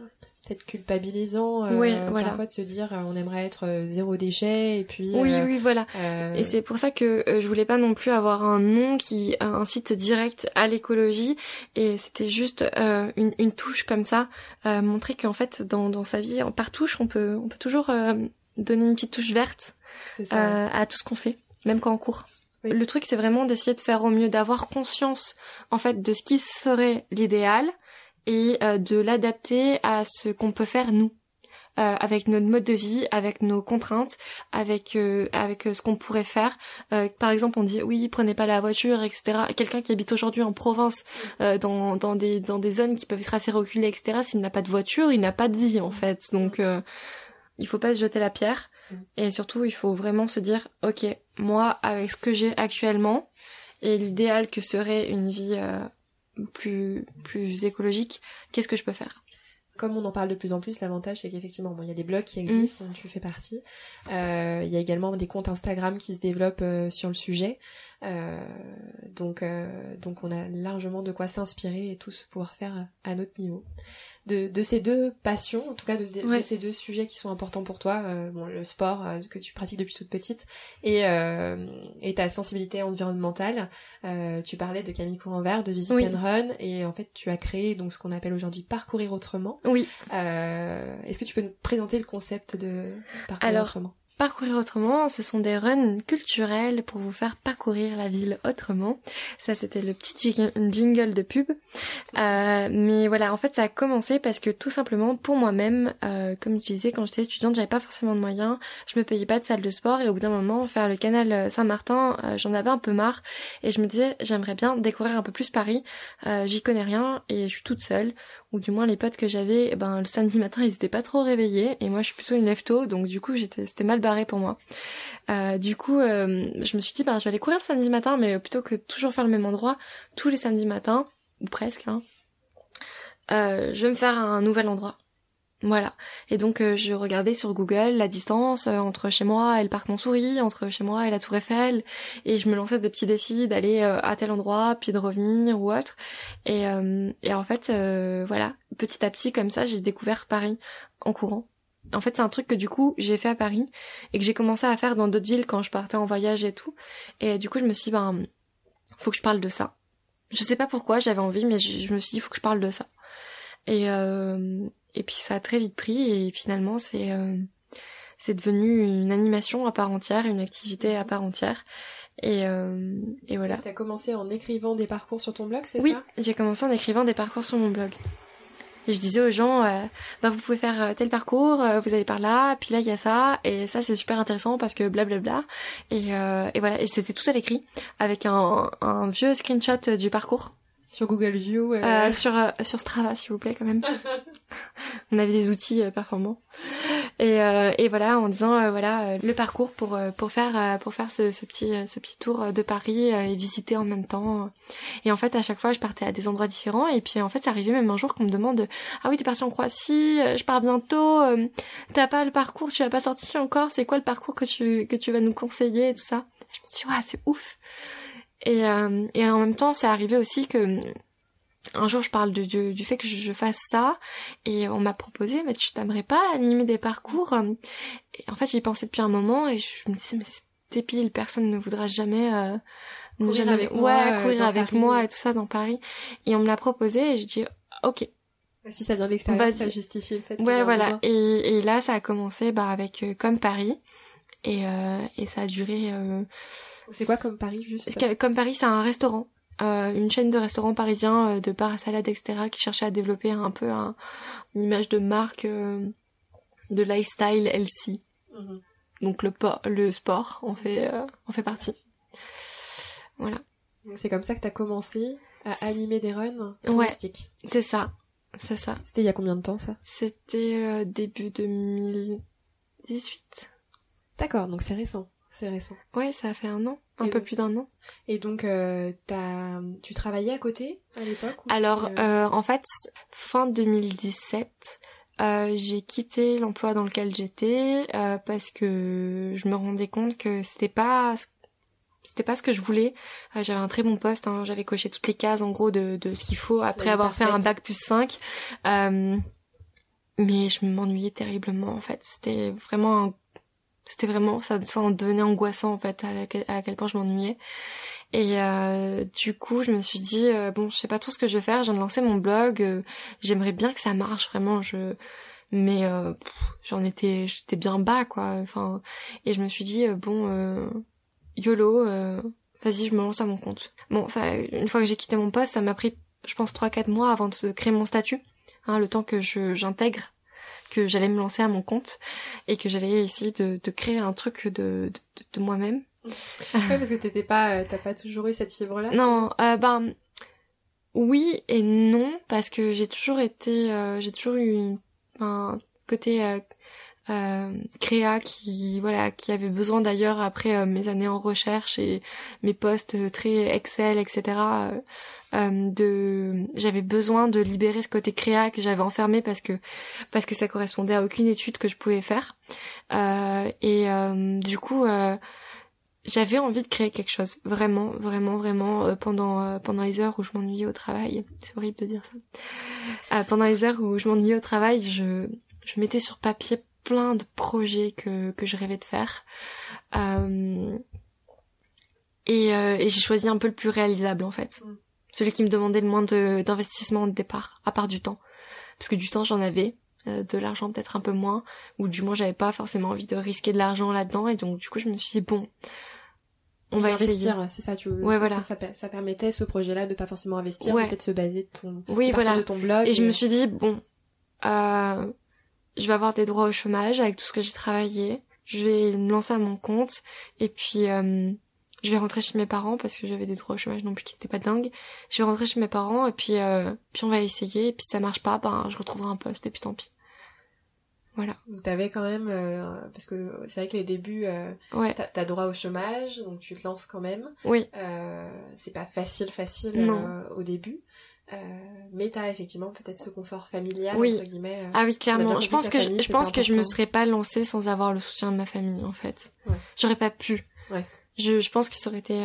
peut-être culpabilisant parfois de se dire on aimerait être zéro déchet et puis oui voilà et c'est pour ça que je voulais pas non plus avoir un nom qui incite direct à l'écologie, et c'était juste une touche comme ça, montrer qu'en fait dans sa vie par touche on peut toujours donner une petite touche verte à tout ce qu'on fait, même quand on court. Oui. Le truc c'est vraiment d'essayer de faire au mieux, d'avoir conscience en fait de ce qui serait l'idéal et de l'adapter à ce qu'on peut faire nous, avec notre mode de vie, avec nos contraintes, avec ce qu'on pourrait faire. Par exemple, on dit oui, prenez pas la voiture, etc. Quelqu'un qui habite aujourd'hui en province, dans des zones qui peuvent être assez reculées, etc. S'il n'a pas de voiture, il n'a pas de vie en fait. Donc il faut pas se jeter la pierre, et surtout il faut vraiment se dire ok, moi avec ce que j'ai actuellement et l'idéal que serait une vie plus écologique, qu'est-ce que je peux faire? Comme on en parle de plus en plus, l'avantage c'est qu'effectivement il y a des blogs qui existent, dont tu fais partie. Il y a également des comptes Instagram qui se développent sur le sujet. Donc on a largement de quoi s'inspirer et tous pouvoir faire à notre niveau. De ces deux passions, en tout cas de ces deux sujets qui sont importants pour toi, le sport que tu pratiques depuis toute petite et ta sensibilité environnementale. Tu parlais de Camille Cour-en-Vert, de Visit and Run, et en fait tu as créé donc ce qu'on appelle aujourd'hui Parcourir autrement. Oui. Est-ce que tu peux nous présenter le concept de Parcourir autrement? Parcourir autrement, ce sont des runs culturels pour vous faire parcourir la ville autrement. Ça, c'était le petit jingle de pub. Mais voilà, en fait, ça a commencé parce que tout simplement, pour moi-même, comme je disais, quand j'étais étudiante, j'avais pas forcément de moyens. Je me payais pas de salle de sport, et au bout d'un moment, faire le canal Saint-Martin, j'en avais un peu marre. Et je me disais, j'aimerais bien découvrir un peu plus Paris. J'y connais rien et je suis toute seule. Ou du moins les potes que j'avais, le samedi matin ils étaient pas trop réveillés, et moi je suis plutôt une lève-tôt, donc du coup c'était mal barré pour moi. Je me suis dit je vais aller courir le samedi matin, mais plutôt que toujours faire le même endroit tous les samedis matins, ou presque, je vais me faire un nouvel endroit. Voilà. Et donc je regardais sur Google la distance entre chez moi et le parc Montsouris, entre chez moi et la Tour Eiffel, et je me lançais des petits défis d'aller à tel endroit puis de revenir ou autre. Et en fait voilà, petit à petit comme ça, j'ai découvert Paris en courant. En fait, c'est un truc que du coup, j'ai fait à Paris et que j'ai commencé à faire dans d'autres villes quand je partais en voyage et tout. Et du coup, je me suis dit faut que je parle de ça. Je sais pas pourquoi, j'avais envie, mais je me suis dit faut que je parle de ça. Et puis ça a très vite pris, et finalement c'est devenu une animation à part entière, une activité à part entière. Et voilà. T'as commencé en écrivant des parcours sur ton blog, c'est ça? Oui, j'ai commencé en écrivant des parcours sur mon blog. Et je disais aux gens, vous pouvez faire tel parcours, vous allez par là, puis là il y a ça, et ça c'est super intéressant parce que blablabla. Et voilà, et c'était tout à l'écrit, avec un vieux screenshot du parcours. Sur Google View, sur Strava, s'il vous plaît, quand même. On avait des outils performants. Et voilà, en disant le parcours pour faire ce petit tour de Paris et visiter en même temps. Et en fait, à chaque fois, je partais à des endroits différents, et puis en fait, ça arrivait même un jour qu'on me demande ah oui, t'es parti en Croatie, je pars bientôt, t'as pas le parcours, tu l'as pas sorti encore, c'est quoi le parcours que tu vas nous conseiller et tout ça. Je me suis dit c'est ouf. Et en même temps, c'est arrivé aussi que un jour je parle du fait que je fasse ça, et on m'a proposé mais tu t'aimerais pas animer des parcours. Et en fait, j'y pensais depuis un moment, et je me disais mais c'est débile, personne ne voudra jamais courir avec moi et tout ça dans Paris. Et on me l'a proposé, et j'ai dit OK. Si ça vient de l'extérieur, ça justifie le fait que voilà. Et là ça a commencé avec Comme Paris, et ça a duré C'est quoi Comme Paris, juste? Comme Paris, c'est un restaurant, une chaîne de restaurants parisiens, de bars à salade, etc., qui cherchait à développer un peu une image de marque, de lifestyle healthy. Donc le sport en fait partie. Voilà. C'est comme ça que t'as commencé à animer des runs touristiques. Ouais, c'est ça. C'était il y a combien de temps, ça? C'était début 2018. D'accord, donc c'est récent. Ouais, ça a fait un an, peu plus d'1 an. Et donc, tu travaillais à côté à l'époque? Alors, en fait, fin 2017, j'ai quitté l'emploi dans lequel j'étais parce que je me rendais compte que c'était pas ce que je voulais. J'avais un très bon poste, j'avais coché toutes les cases en gros de ce qu'il faut après avoir fait un bac+5. mais je m'ennuyais terriblement en fait. C'était vraiment, ça en devenait angoissant en fait à quel point je m'ennuyais. Et du coup, je me suis dit bon, je sais pas trop ce que je vais faire. Je viens de lancer mon blog. J'aimerais bien que ça marche vraiment. Mais j'étais bien bas quoi. Enfin, et je me suis dit YOLO. Vas-y, je me lance à mon compte. Bon, ça, une fois que j'ai quitté mon poste, ça m'a pris, je pense, 3-4 mois avant de créer mon statut. Le temps que j'intègre que j'allais me lancer à mon compte et que j'allais essayer de créer un truc de moi-même. Ouais, parce que t'as pas toujours eu cette fibre-là. Non, oui et non, parce que j'ai toujours eu un côté créa qui avait besoin d'ailleurs après mes années en recherche et mes postes très Excel, etc. J'avais besoin de libérer ce côté créa que j'avais enfermé parce que ça correspondait à aucune étude que je pouvais faire. Du coup, j'avais envie de créer quelque chose, vraiment pendant les heures où je m'ennuyais au travail. C'est horrible de dire ça. Pendant les heures où je m'ennuyais au travail, je mettais sur papier plein de projets que je rêvais de faire. Et j'ai choisi un peu le plus réalisable en fait. Celui qui me demandait le moins d'investissement au départ, à part du temps. Parce que du temps j'en avais, de l'argent peut-être un peu moins, ou du moins j'avais pas forcément envie de risquer de l'argent là-dedans, et donc du coup je me suis dit bon, on va essayer. C'est ça, voilà. Ça permettait ce projet-là de pas forcément investir, peut-être se baser de ton blog. Et je me suis dit bon, je vais avoir des droits au chômage avec tout ce que j'ai travaillé. Je vais me lancer à mon compte et puis je vais rentrer chez mes parents parce que j'avais des droits au chômage non plus qui étaient pas dingues. Je vais rentrer chez mes parents et puis on va essayer et puis si ça marche pas, je retrouverai un poste et puis tant pis. Voilà. Donc t'avais quand même parce que c'est vrai que les débuts t'as droit au chômage donc tu te lances quand même. Oui. C'est pas facile au début. Mais t'as effectivement peut-être ce confort familial entre guillemets. Ah oui, clairement. Je pense que je me serais pas lancée sans avoir le soutien de ma famille en fait. Ouais. J'aurais pas pu. Ouais. Je pense que ça aurait été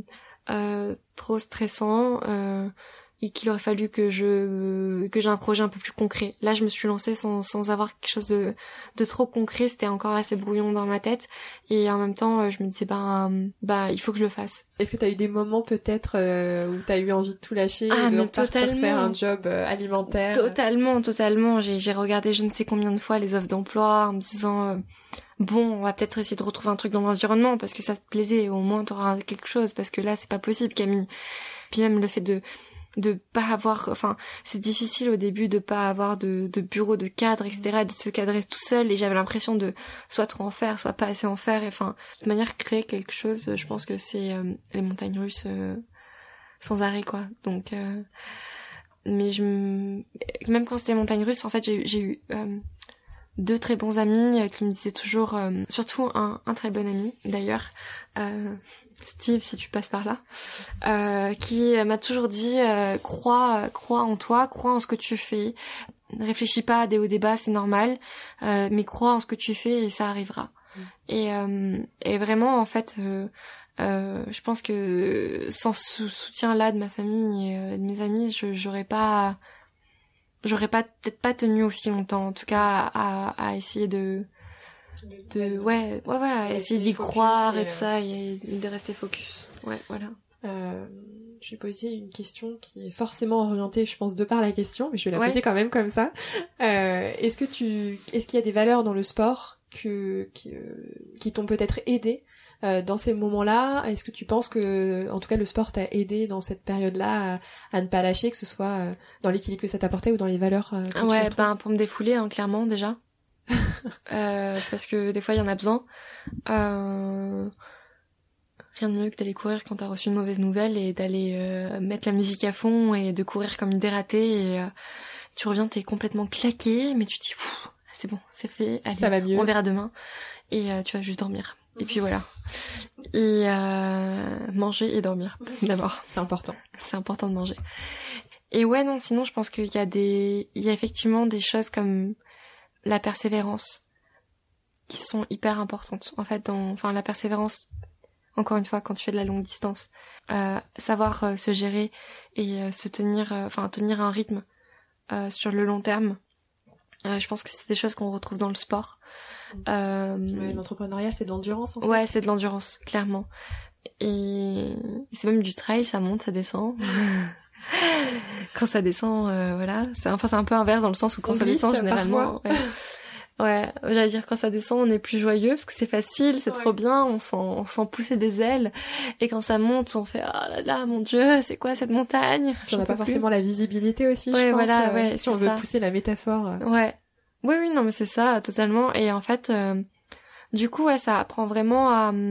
trop stressant et qu'il aurait fallu que j'ai un projet un peu plus concret. Là, je me suis lancée sans avoir quelque chose de trop concret, c'était encore assez brouillon dans ma tête et en même temps, je me disais il faut que je le fasse. Est-ce que t'as eu des moments peut-être où t'as eu envie de tout lâcher et de repartir faire un job alimentaire? Totalement. J'ai regardé je ne sais combien de fois les offres d'emploi en me disant bon, on va peut-être essayer de retrouver un truc dans l'environnement parce que ça te plaisait, au moins t'auras quelque chose parce que là c'est pas possible, Camille. Puis même le fait de pas avoir, c'est difficile au début de pas avoir de bureau de cadre, etc., de se cadrer tout seul et j'avais l'impression de soit trop en faire, soit pas assez en faire et de toute manière créer quelque chose, je pense que c'est les montagnes russes sans arrêt quoi. Donc mais même quand c'était les montagnes russes, en fait j'ai eu 2 très bons amis qui me disaient toujours, surtout un très bon ami d'ailleurs, Steve si tu passes par là, qui m'a toujours dit crois en toi, crois en ce que tu fais, réfléchis pas à des hauts et des bas, c'est normal, mais crois en ce que tu fais et ça arrivera. Et vraiment en fait je pense que sans ce soutien là de ma famille et de mes amis, j'aurais peut-être pas tenu aussi longtemps, en tout cas à essayer essayer d'y croire et tout ça et de rester focus. Ouais, voilà. Je vais poser une question qui est forcément orientée, je pense, de par la question, mais je vais la poser quand même comme ça. Est-ce qu'il y a des valeurs dans le sport qui t'ont peut-être aidé dans ces moments-là? Est-ce que tu penses que, en tout cas, le sport t'a aidé dans cette période-là à ne pas lâcher, que ce soit dans l'équilibre que ça t'apportait ou dans les valeurs pour me défouler, clairement, déjà. Parce que des fois, il y en a besoin. Rien de mieux que d'aller courir quand t'as reçu une mauvaise nouvelle et d'aller mettre la musique à fond et de courir comme une dératée et tu reviens, t'es complètement claqué, mais tu te dis, c'est bon, c'est fait, allez, ça va mieux. On verra demain. Et tu vas juste dormir. Et puis voilà. Et manger et dormir d'abord. C'est important. C'est important de manger. Et sinon je pense qu'il y a effectivement des choses comme la persévérance qui sont hyper importantes. En fait, la persévérance, encore une fois, quand tu fais de la longue distance, savoir se gérer et tenir un rythme sur le long terme, Je pense que c'est des choses qu'on retrouve dans le sport. Ouais, l'entrepreneuriat, c'est de l'endurance, en fait. Ouais, c'est de l'endurance, clairement. Et c'est même du trail, ça monte, ça descend. Quand ça descend, voilà. C'est un peu inverse dans le sens où quand ça descend, généralement... Ouais, j'allais dire quand ça descend, on est plus joyeux parce que c'est facile, c'est trop bien, on sent pousser des ailes. Et quand ça monte, on fait oh là là, mon Dieu, c'est quoi cette montagne? On n'a pas forcément la visibilité aussi, je pense. Voilà, si on veut pousser la métaphore. Ouais. Oui, non, mais c'est ça, totalement. Et en fait, du coup, ouais, ça apprend vraiment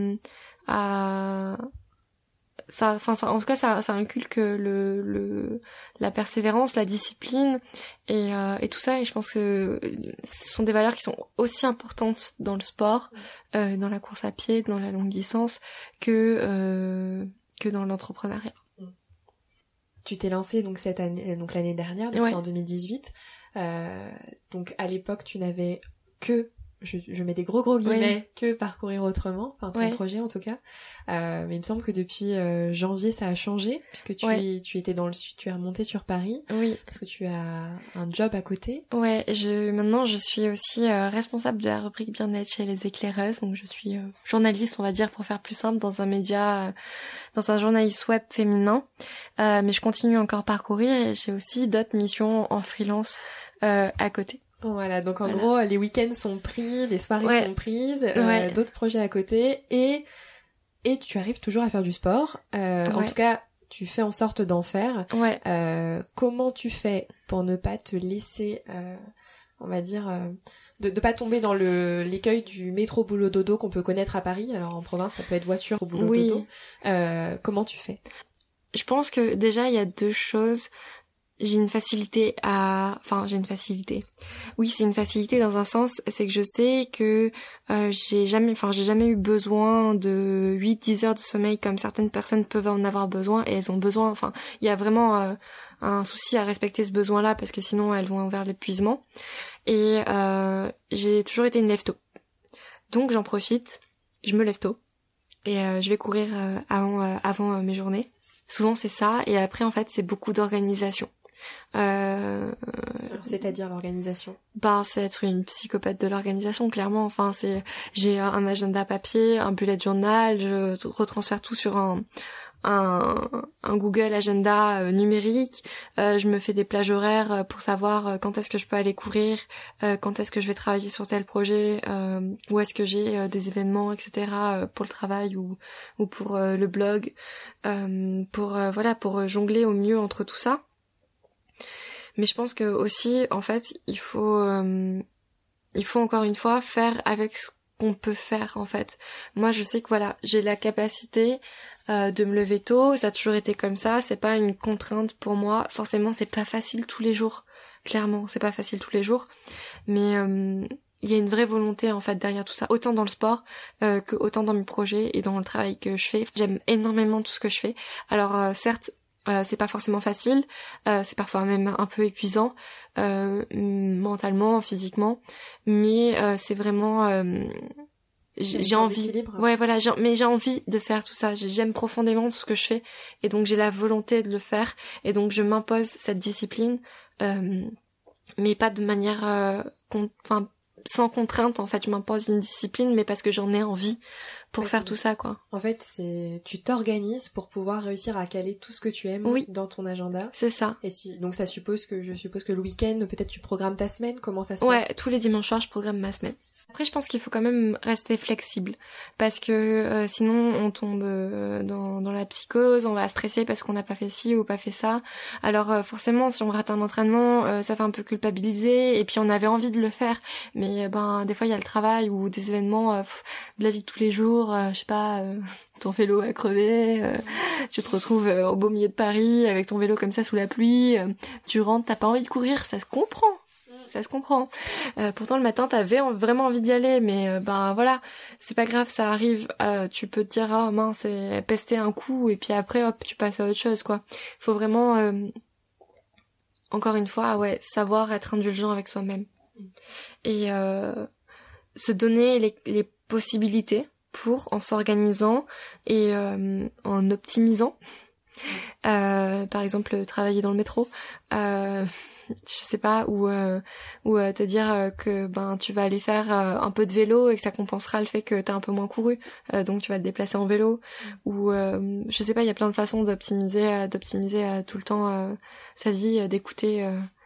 à ça, en tout cas, ça inculque la persévérance, la discipline et tout ça. Et je pense que ce sont des valeurs qui sont aussi importantes dans le sport, dans la course à pied, dans la longue distance, que dans l'entrepreneuriat. Tu t'es lancée donc cette année, donc l'année dernière, donc c'était en 2018. Donc à l'époque, tu n'avais que je mets des gros guillemets que parcourir autrement, enfin ton projet en tout cas. Mais il me semble que depuis janvier ça a changé puisque tu étais dans le sud, tu es remontée sur Paris. Oui. Parce que tu as un job à côté. Ouais, maintenant je suis aussi responsable de la rubrique bien-être chez Les Éclaireuses, donc je suis journaliste, on va dire pour faire plus simple, dans un média, dans un journaliste web féminin. Mais je continue encore à parcourir et j'ai aussi d'autres missions en freelance à côté. Voilà, donc en gros, les week-ends sont pris, les soirées sont prises, d'autres projets à côté, et tu arrives toujours à faire du sport. En tout cas, tu fais en sorte d'en faire. Comment tu fais pour ne pas te laisser, on va dire, de pas tomber dans l'écueil du métro boulot dodo qu'on peut connaître à Paris. Alors en province, ça peut être voiture au boulot dodo. Comment tu fais? Je pense que déjà, il y a deux choses. J'ai une facilité. Oui, c'est une facilité dans un sens, c'est que je sais que j'ai jamais eu besoin de 8-10 heures de sommeil comme certaines personnes peuvent en avoir besoin, et elles ont besoin, il y a vraiment un souci à respecter ce besoin-là parce que sinon elles vont vers l'épuisement. Et j'ai toujours été une lève-tôt. Donc j'en profite, je me lève tôt et je vais courir avant mes journées. Souvent c'est ça, et après en fait c'est beaucoup d'organisation. Alors, c'est-à-dire l'organisation? C'est être une psychopathe de l'organisation, clairement. J'ai un agenda papier, un bullet journal, je retransfère tout sur un Google Agenda numérique. Je me fais des plages horaires pour savoir quand est-ce que je peux aller courir, quand est-ce que je vais travailler sur tel projet, où est-ce que j'ai des événements, etc. Pour le travail ou pour le blog, pour jongler au mieux entre tout ça. Mais je pense que aussi, en fait, il faut encore une fois faire avec ce qu'on peut faire, en fait. Moi, je sais que j'ai la capacité de me lever tôt. Ça a toujours été comme ça. C'est pas une contrainte pour moi. Forcément, c'est pas facile tous les jours. Clairement, c'est pas facile tous les jours. Mais il y a une vraie volonté, en fait, derrière tout ça. Autant dans le sport que autant dans mes projets et dans le travail que je fais. J'aime énormément tout ce que je fais. Alors, certes, c'est pas forcément facile, c'est parfois même un peu épuisant, mentalement, physiquement, mais c'est vraiment j'ai envie, mais j'ai envie de faire tout ça. J'aime profondément tout ce que je fais, et donc j'ai la volonté de le faire, et donc je m'impose cette discipline, mais pas de manière sans contrainte. En fait, je m'impose une discipline, mais parce que j'en ai envie pour faire tout ça, quoi. En fait, tu t'organises pour pouvoir réussir à caler tout ce que tu aimes dans ton agenda. C'est ça. Et donc je suppose que le week-end, peut-être tu programmes ta semaine. Comment ça se passe? Ouais, tous les dimanches soirs, je programme ma semaine. Après, je pense qu'il faut quand même rester flexible, parce que sinon on tombe dans la psychose, on va stresser parce qu'on n'a pas fait ci ou pas fait ça. Alors forcément, si on rate un entraînement, ça fait un peu culpabiliser, et puis on avait envie de le faire, mais des fois il y a le travail ou des événements de la vie de tous les jours, je sais pas, ton vélo a crevé, tu te retrouves au beau milieu de Paris avec ton vélo comme ça sous la pluie, tu rentres, t'as pas envie de courir, ça se comprend. Ça se comprend. Pourtant le matin t'avais vraiment envie d'y aller, mais c'est pas grave, ça arrive. Tu peux te dire ah mince, pester un coup, et puis après hop tu passes à autre chose, quoi. Faut vraiment encore une fois savoir être indulgent avec soi-même et se donner les possibilités pour, en s'organisant et en optimisant. Par exemple travailler dans le métro. sais pas, ou te dire que tu vas aller faire un peu de vélo et que ça compensera le fait que t'as un peu moins couru, donc tu vas te déplacer en vélo, ou je sais pas, il y a plein de façons d'optimiser tout le temps sa vie, d'écouter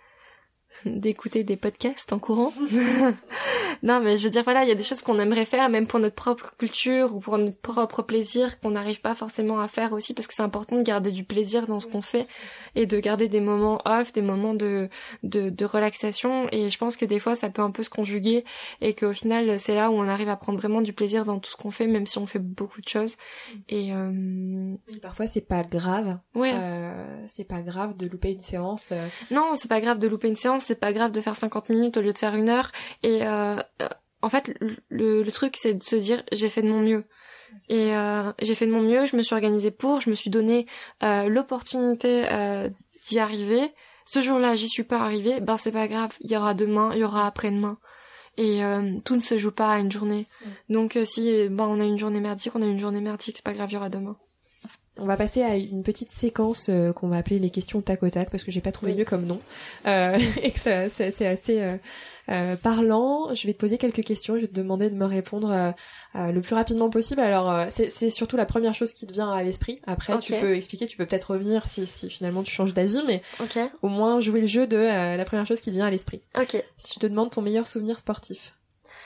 des podcasts en courant. Non, mais je veux dire, voilà, il y a des choses qu'on aimerait faire, même pour notre propre culture ou pour notre propre plaisir, qu'on n'arrive pas forcément à faire aussi, parce que c'est important de garder du plaisir dans ce qu'on fait et de garder des moments off, des moments de relaxation. Et je pense que des fois, ça peut un peu se conjuguer et qu'au final, c'est là où on arrive à prendre vraiment du plaisir dans tout ce qu'on fait, même si on fait beaucoup de choses. Et parfois, c'est pas grave. Ouais. C'est pas grave de louper une séance. Non, c'est pas grave de louper une séance, c'est pas grave de faire 50 minutes au lieu de faire 1 heure. Et en fait, le truc, c'est de se dire, j'ai fait de mon mieux. Et j'ai fait de mon mieux, je me suis organisée je me suis donné l'opportunité d'y arriver. Ce jour-là, j'y suis pas arrivée, c'est pas grave, il y aura demain, il y aura après-demain. Et tout ne se joue pas à une journée. Donc si on a une journée merdique, c'est pas grave, il y aura demain. On va passer à une petite séquence qu'on va appeler les questions tac au tac, parce que j'ai pas trouvé mieux comme nom, et que c'est assez parlant. Je vais te poser quelques questions, je vais te demander de me répondre le plus rapidement possible. Alors c'est surtout la première chose qui te vient à l'esprit. Après tu peux expliquer, tu peux peut-être revenir si finalement tu changes d'avis, mais au moins jouer le jeu de la première chose qui te vient à l'esprit. Si je te demande ton meilleur souvenir sportif.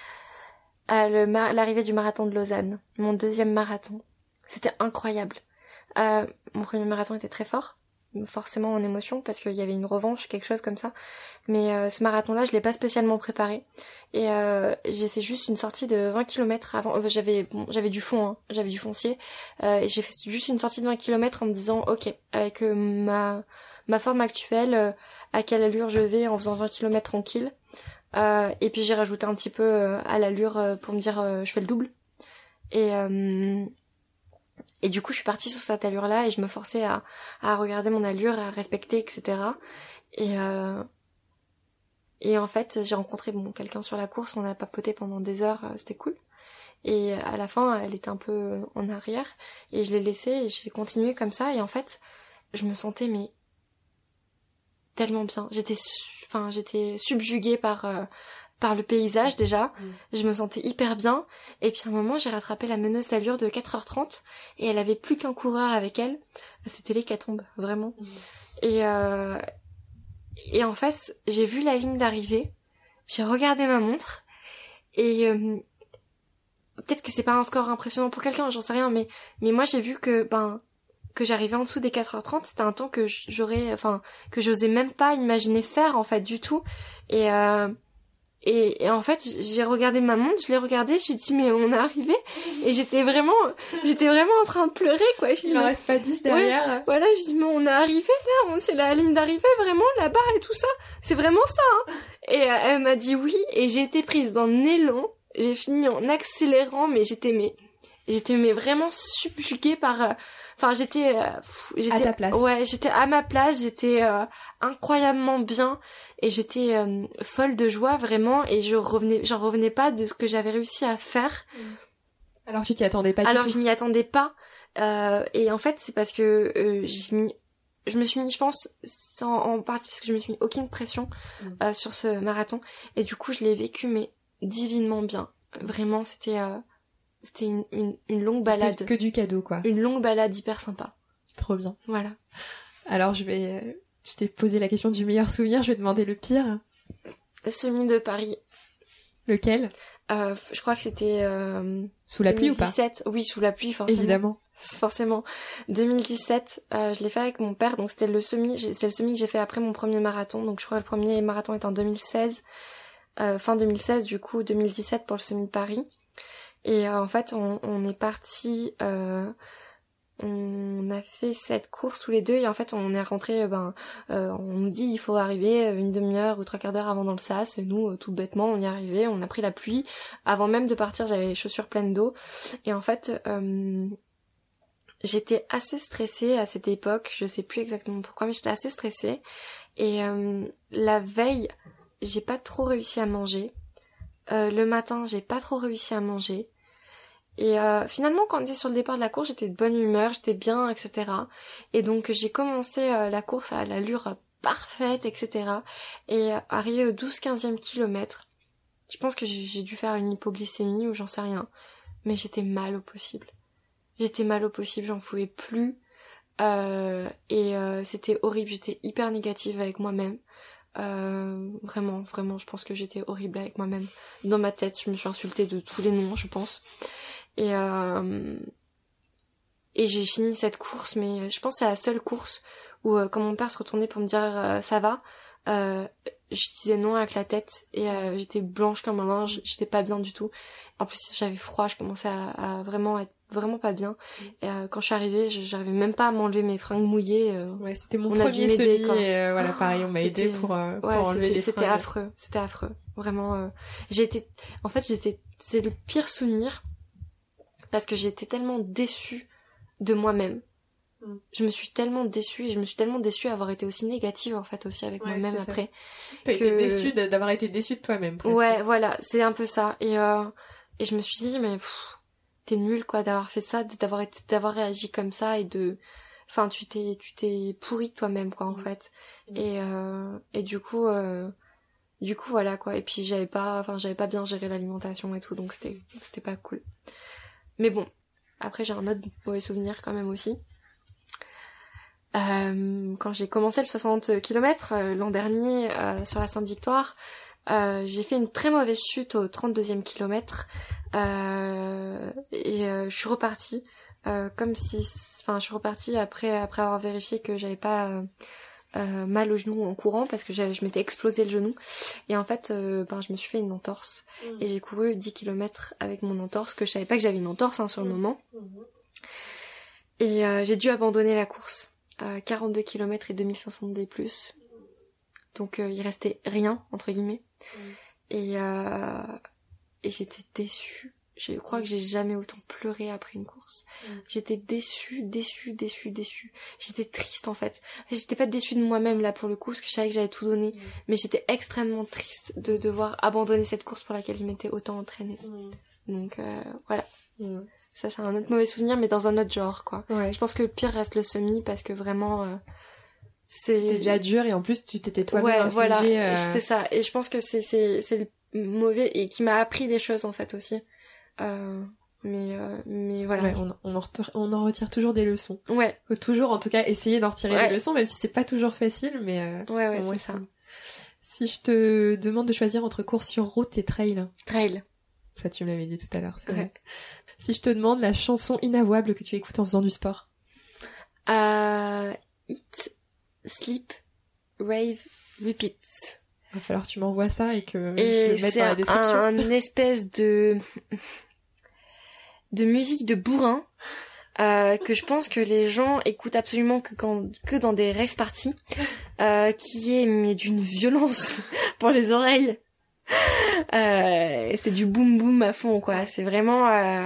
L'arrivée du marathon de Lausanne, mon 2e marathon, c'était incroyable. Mon premier marathon était très fort, forcément en émotion, parce qu'il y avait une revanche, quelque chose comme ça. Mais ce marathon-là, je l'ai pas spécialement préparé. Et j'ai fait juste une sortie de 20 km avant. J'avais du fond, j'avais du foncier. Et j'ai fait juste une sortie de 20 km en me disant, ok, avec ma forme actuelle, à quelle allure je vais en faisant 20 km tranquille. Et puis j'ai rajouté un petit peu à l'allure pour me dire, je fais le double. Et du coup, je suis partie sur cette allure-là et je me forçais à regarder mon allure, à respecter, etc. Et en fait, j'ai rencontré quelqu'un sur la course, on a papoté pendant des heures, c'était cool. Et à la fin, elle était un peu en arrière et je l'ai laissée et j'ai continué comme ça. Et en fait, je me sentais tellement bien. J'étais subjuguée par le paysage déjà, je me sentais hyper bien, et puis à un moment j'ai rattrapé la meneuse d'allure de 4h30 et elle avait plus qu'un coureur avec elle, c'était l'hécatombe, vraiment. Et en fait j'ai vu la ligne d'arrivée, j'ai regardé ma montre, et peut-être que c'est pas un score impressionnant pour quelqu'un, j'en sais rien, mais moi j'ai vu que j'arrivais en dessous des 4h30, c'était un temps que que j'osais même pas imaginer faire en fait du tout, et en fait, j'ai regardé ma montre, je l'ai regardée, je me suis dit, mais on est arrivé. Et j'étais vraiment en train de pleurer, quoi. Il en reste pas 10 derrière. Ouais, voilà, je dis, mais on est arrivé, là, c'est la ligne d'arrivée, vraiment, là-bas et tout ça. C'est vraiment ça, hein. Et elle m'a dit oui, et j'ai été prise d'un élan. J'ai fini en accélérant, mais j'étais vraiment subjuguée par, j'étais à ta place. Ouais, j'étais à ma place, j'étais incroyablement bien. Et j'étais folle de joie vraiment, et j'en revenais pas de ce que j'avais réussi à faire. Alors tu t'y attendais pas du tout. Alors je m'y attendais pas, et en fait c'est parce que je me suis mis, je pense, en partie parce que je me suis mis aucune pression sur ce marathon, et du coup je l'ai vécu mais divinement bien. Vraiment c'était une longue balade. Que du cadeau quoi. Une longue balade hyper sympa. Trop bien. Voilà. Alors je t'ai posé la question du meilleur souvenir, je vais demander le pire. Semi de Paris. Lequel ? Je crois que c'était sous la pluie ou pas ? Oui, sous la pluie forcément. Évidemment. Forcément. 2017, je l'ai fait avec mon père, donc c'est le semi que j'ai fait après mon premier marathon, donc je crois que le premier marathon est en 2016, fin 2016, du coup 2017 pour le semi de Paris. Et en fait on est parti, on a fait cette course tous les deux, et en fait on est rentré, on nous dit il faut arriver une demi-heure ou 3/4 d'heure avant dans le sas, et nous tout bêtement on y est arrivé, on a pris la pluie. Avant même de partir, j'avais les chaussures pleines d'eau, et en fait j'étais assez stressée à cette époque, je sais plus exactement pourquoi, mais j'étais assez stressée, et la veille j'ai pas trop réussi à manger, le matin j'ai pas trop réussi à manger. Et finalement, quand on était sur le départ de la course, j'étais de bonne humeur, j'étais bien, etc. Et donc j'ai commencé la course à l'allure parfaite, etc. Et arrivé au 12-15e kilomètre, je pense que j'ai dû faire une hypoglycémie ou j'en sais rien, mais j'étais mal au possible. J'en pouvais plus. C'était horrible, j'étais hyper négative avec moi-même. Vraiment, je pense que j'étais horrible avec moi-même. Dans ma tête, je me suis insultée de tous les noms, je pense. Et j'ai fini cette course, mais je pense que c'est la seule course où quand mon père se retournait pour me dire ça va, je disais non avec la tête et j'étais blanche comme un linge, j'étais pas bien du tout. En plus j'avais froid, je commençais à vraiment être vraiment pas bien. Et quand je suis arrivée, j'arrivais même pas à m'enlever mes fringues mouillées. Ouais, c'était mon premier semi et voilà, pareil, on m'a aidé pour enlever les fringues. C'était affreux. Vraiment, c'est le pire souvenir parce que j'étais tellement déçue de moi-même. Je me suis tellement déçue d'avoir été aussi négative en fait aussi avec moi-même après. T'as été déçue d'avoir été déçue de toi-même. Presque. Ouais, voilà, c'est un peu ça. Et je me suis dit mais t'es nulle quoi d'avoir fait ça, d'avoir réagi comme ça et enfin tu t'es pourri toi-même quoi en fait. Et du coup voilà quoi. Et puis j'avais pas bien géré l'alimentation et tout, donc c'était pas cool. Mais bon, après j'ai un autre mauvais souvenir quand même aussi. Quand j'ai commencé le 60 km l'an dernier sur la Sainte-Victoire, j'ai fait une très mauvaise chute au 32e kilomètre et je suis repartie je suis repartie après avoir vérifié que j'avais pas mal au genou en courant parce que je m'étais explosé le genou et en fait je me suis fait une entorse et j'ai couru 10 km avec mon entorse, que je savais pas que j'avais une entorse sur le moment, et j'ai dû abandonner la course. 42 km et 2500 de D+. Donc il restait rien entre guillemets. Et j'étais déçue. Je crois que j'ai jamais autant pleuré après une course. J'étais déçue. J'étais triste en fait. J'étais pas déçue de moi-même là pour le coup parce que je savais que j'avais tout donné, mais j'étais extrêmement triste de devoir abandonner cette course pour laquelle je m'étais autant entraînée. Donc voilà. Ça c'est un autre mauvais souvenir, mais dans un autre genre quoi. Ouais. Je pense que le pire reste le semi parce que vraiment c'était déjà dur et en plus tu t'étais toi-même infligé. Voilà, c'est ça. Et je pense que c'est le mauvais et qui m'a appris des choses en fait aussi. Mais voilà. Ouais, on en retire toujours des leçons. Ouais. Faut toujours en tout cas essayer d'en retirer des leçons, même si c'est pas toujours facile, mais ouais, c'est ça. Si je te demande de choisir entre course sur route et trail. Trail. Ça tu me l'avais dit tout à l'heure, c'est vrai. Si je te demande la chanson inavouable que tu écoutes en faisant du sport. Eat, Sleep, Rave, Repeat. Il va falloir que tu m'envoies ça et que je le mette dans la description. C'est une espèce de musique de bourrin que je pense que les gens écoutent absolument que dans des rave parties, qui est mais d'une violence pour les oreilles. C'est du boom boom à fond quoi, c'est vraiment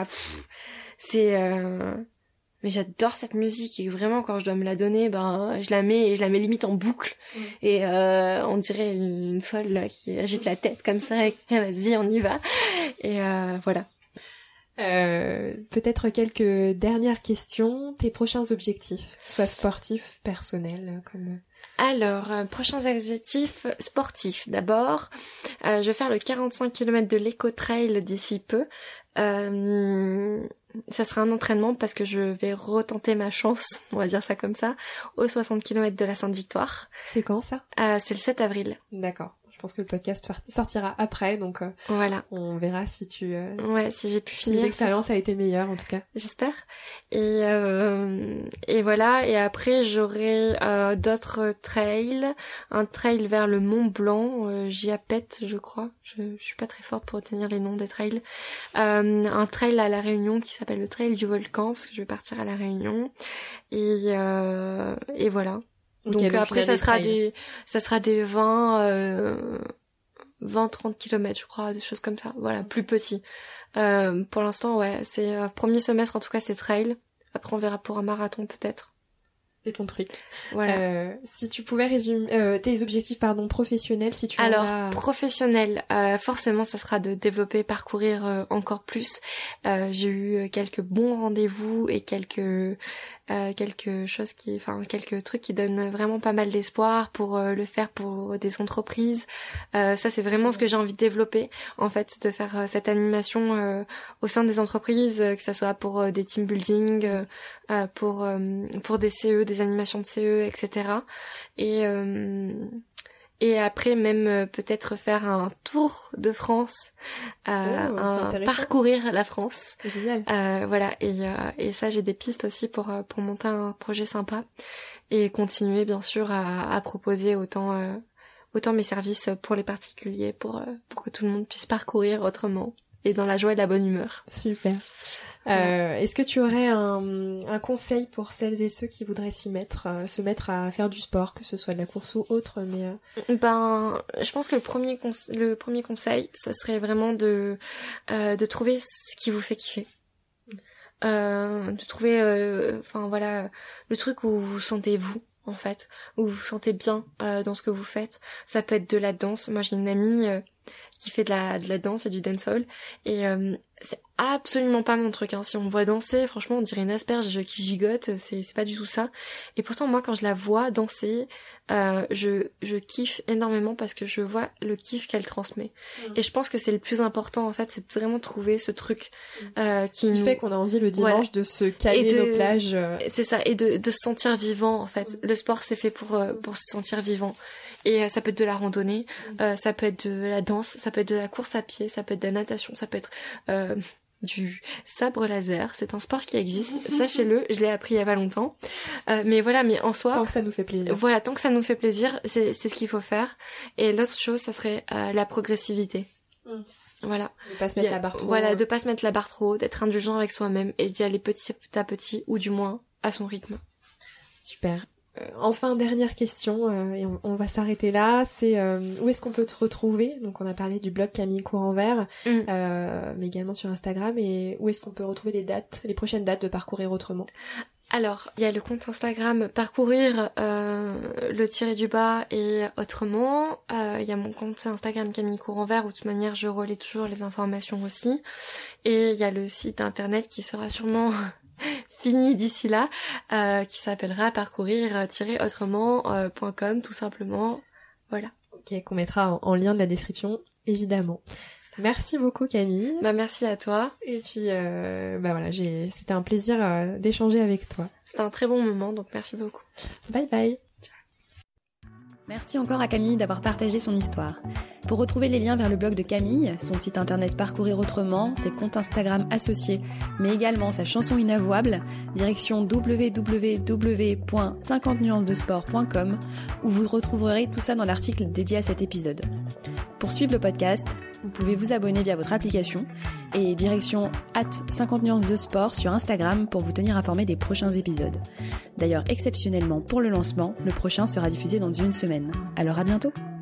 mais j'adore cette musique et vraiment quand je dois me la donner je la mets limite en boucle et on dirait une folle là qui agite la tête comme ça et vas-y on y va et voilà. Peut-être quelques dernières questions. Tes prochains objectifs, soit sportifs, personnels, comme... Alors, prochains objectifs sportifs. D'abord, je vais faire le 45 km de l'Eco-Trail d'ici peu. Ça sera un entraînement parce que je vais retenter ma chance, on va dire ça comme ça, aux 60 km de la Sainte-Victoire. C'est quand ça ? C'est le 7 avril. D'accord. Je pense que le podcast sortira après, donc voilà. On verra si tu... si j'ai pu finir. Si l'expérience a été meilleure, en tout cas. J'espère. Et voilà. Et après, j'aurai d'autres trails. Un trail vers le Mont Blanc, Giapette, je crois. Je suis pas très forte pour retenir les noms des trails. Un trail à La Réunion qui s'appelle le Trail du Volcan, parce que je vais partir à La Réunion. Et voilà. Donc après ça sera des 20-30 km je crois, des choses comme ça, voilà, plus petit. Pour l'instant c'est premier semestre en tout cas c'est trail, après on verra pour un marathon peut-être. C'est ton truc. Voilà. Si tu pouvais résumer tes objectifs professionnels, si tu en as... Alors, professionnel, forcément ça sera de développer, parcourir encore plus. J'ai eu quelques bons rendez-vous et quelques quelques trucs qui donnent vraiment pas mal d'espoir pour le faire pour des entreprises. Ça c'est vraiment ce que j'ai envie de développer en fait, de faire cette animation au sein des entreprises, que ça soit pour des team building, pour des CE, des animations de CE, etc. Et après même peut-être faire un tour de France, parcourir la France. Génial. Voilà, et ça j'ai des pistes aussi pour monter un projet sympa et continuer bien sûr à proposer autant mes services pour les particuliers pour que tout le monde puisse parcourir autrement et dans la joie et la bonne humeur. Super. Est-ce que tu aurais un conseil pour celles et ceux qui voudraient se mettre à faire du sport, que ce soit de la course ou autre, mais je pense que le premier conseil, ça serait vraiment de trouver ce qui vous fait kiffer. De trouver le truc où vous vous sentez vous en fait, où vous vous sentez bien dans ce que vous faites. Ça peut être de la danse. Moi j'ai une amie qui fait de la danse et du dancehall et c'est absolument pas mon truc, hein. Si on me voit danser, franchement on dirait une asperge qui gigote, c'est pas du tout ça. Et pourtant moi quand je la vois danser, je kiffe énormément parce que je vois le kiff qu'elle transmet. Et je pense que c'est le plus important en fait, c'est de vraiment trouver ce truc qui fait qu'on a envie le dimanche de se caler nos plages. C'est ça, et de se sentir vivant en fait. Le sport c'est fait pour se sentir vivant. Et ça peut être de la randonnée, ça peut être de la danse, ça peut être de la course à pied, ça peut être de la natation, ça peut être du sabre laser. C'est un sport qui existe, sachez-le, je l'ai appris il y a pas longtemps. Mais voilà, mais en soi... Tant que ça nous fait plaisir. Voilà, tant que ça nous fait plaisir, c'est ce qu'il faut faire. Et l'autre chose, ça serait la progressivité. Voilà. De pas se mettre la barre trop. Voilà, de pas se mettre la barre trop haut, d'être indulgent avec soi-même et d'y aller petit à petit, ou du moins à son rythme. Super. Enfin, dernière question, et on va s'arrêter là, c'est où est-ce qu'on peut te retrouver? Donc on a parlé du blog Camille Cour-en-Vert, mais également sur Instagram, et où est-ce qu'on peut retrouver les prochaines dates de Parcourir Autrement? Alors, il y a le compte Instagram Parcourir le tiré du bas et autrement. Il y a mon compte Instagram Camille Cour-en-Vert où de toute manière je relais toujours les informations aussi. Et il y a le site internet qui sera sûrement fini d'ici là, qui s'appellera parcourir-autrement.com tout simplement. Voilà. Ok, qu'on mettra en lien de la description, évidemment. Merci beaucoup Camille. Merci à toi. Et puis voilà, c'était un plaisir d'échanger avec toi. C'était un très bon moment, donc merci beaucoup. Bye bye. Merci encore à Camille d'avoir partagé son histoire. Pour retrouver les liens vers le blog de Camille, son site internet Parcourir Autrement, ses comptes Instagram associés, mais également sa chanson inavouable, direction www.50nuancesdesport.com, où vous retrouverez tout ça dans l'article dédié à cet épisode. Pour suivre le podcast, vous pouvez vous abonner via votre application et direction @50nuancesdesport sur Instagram pour vous tenir informé des prochains épisodes. D'ailleurs, exceptionnellement pour le lancement, le prochain sera diffusé dans une semaine. Alors à bientôt!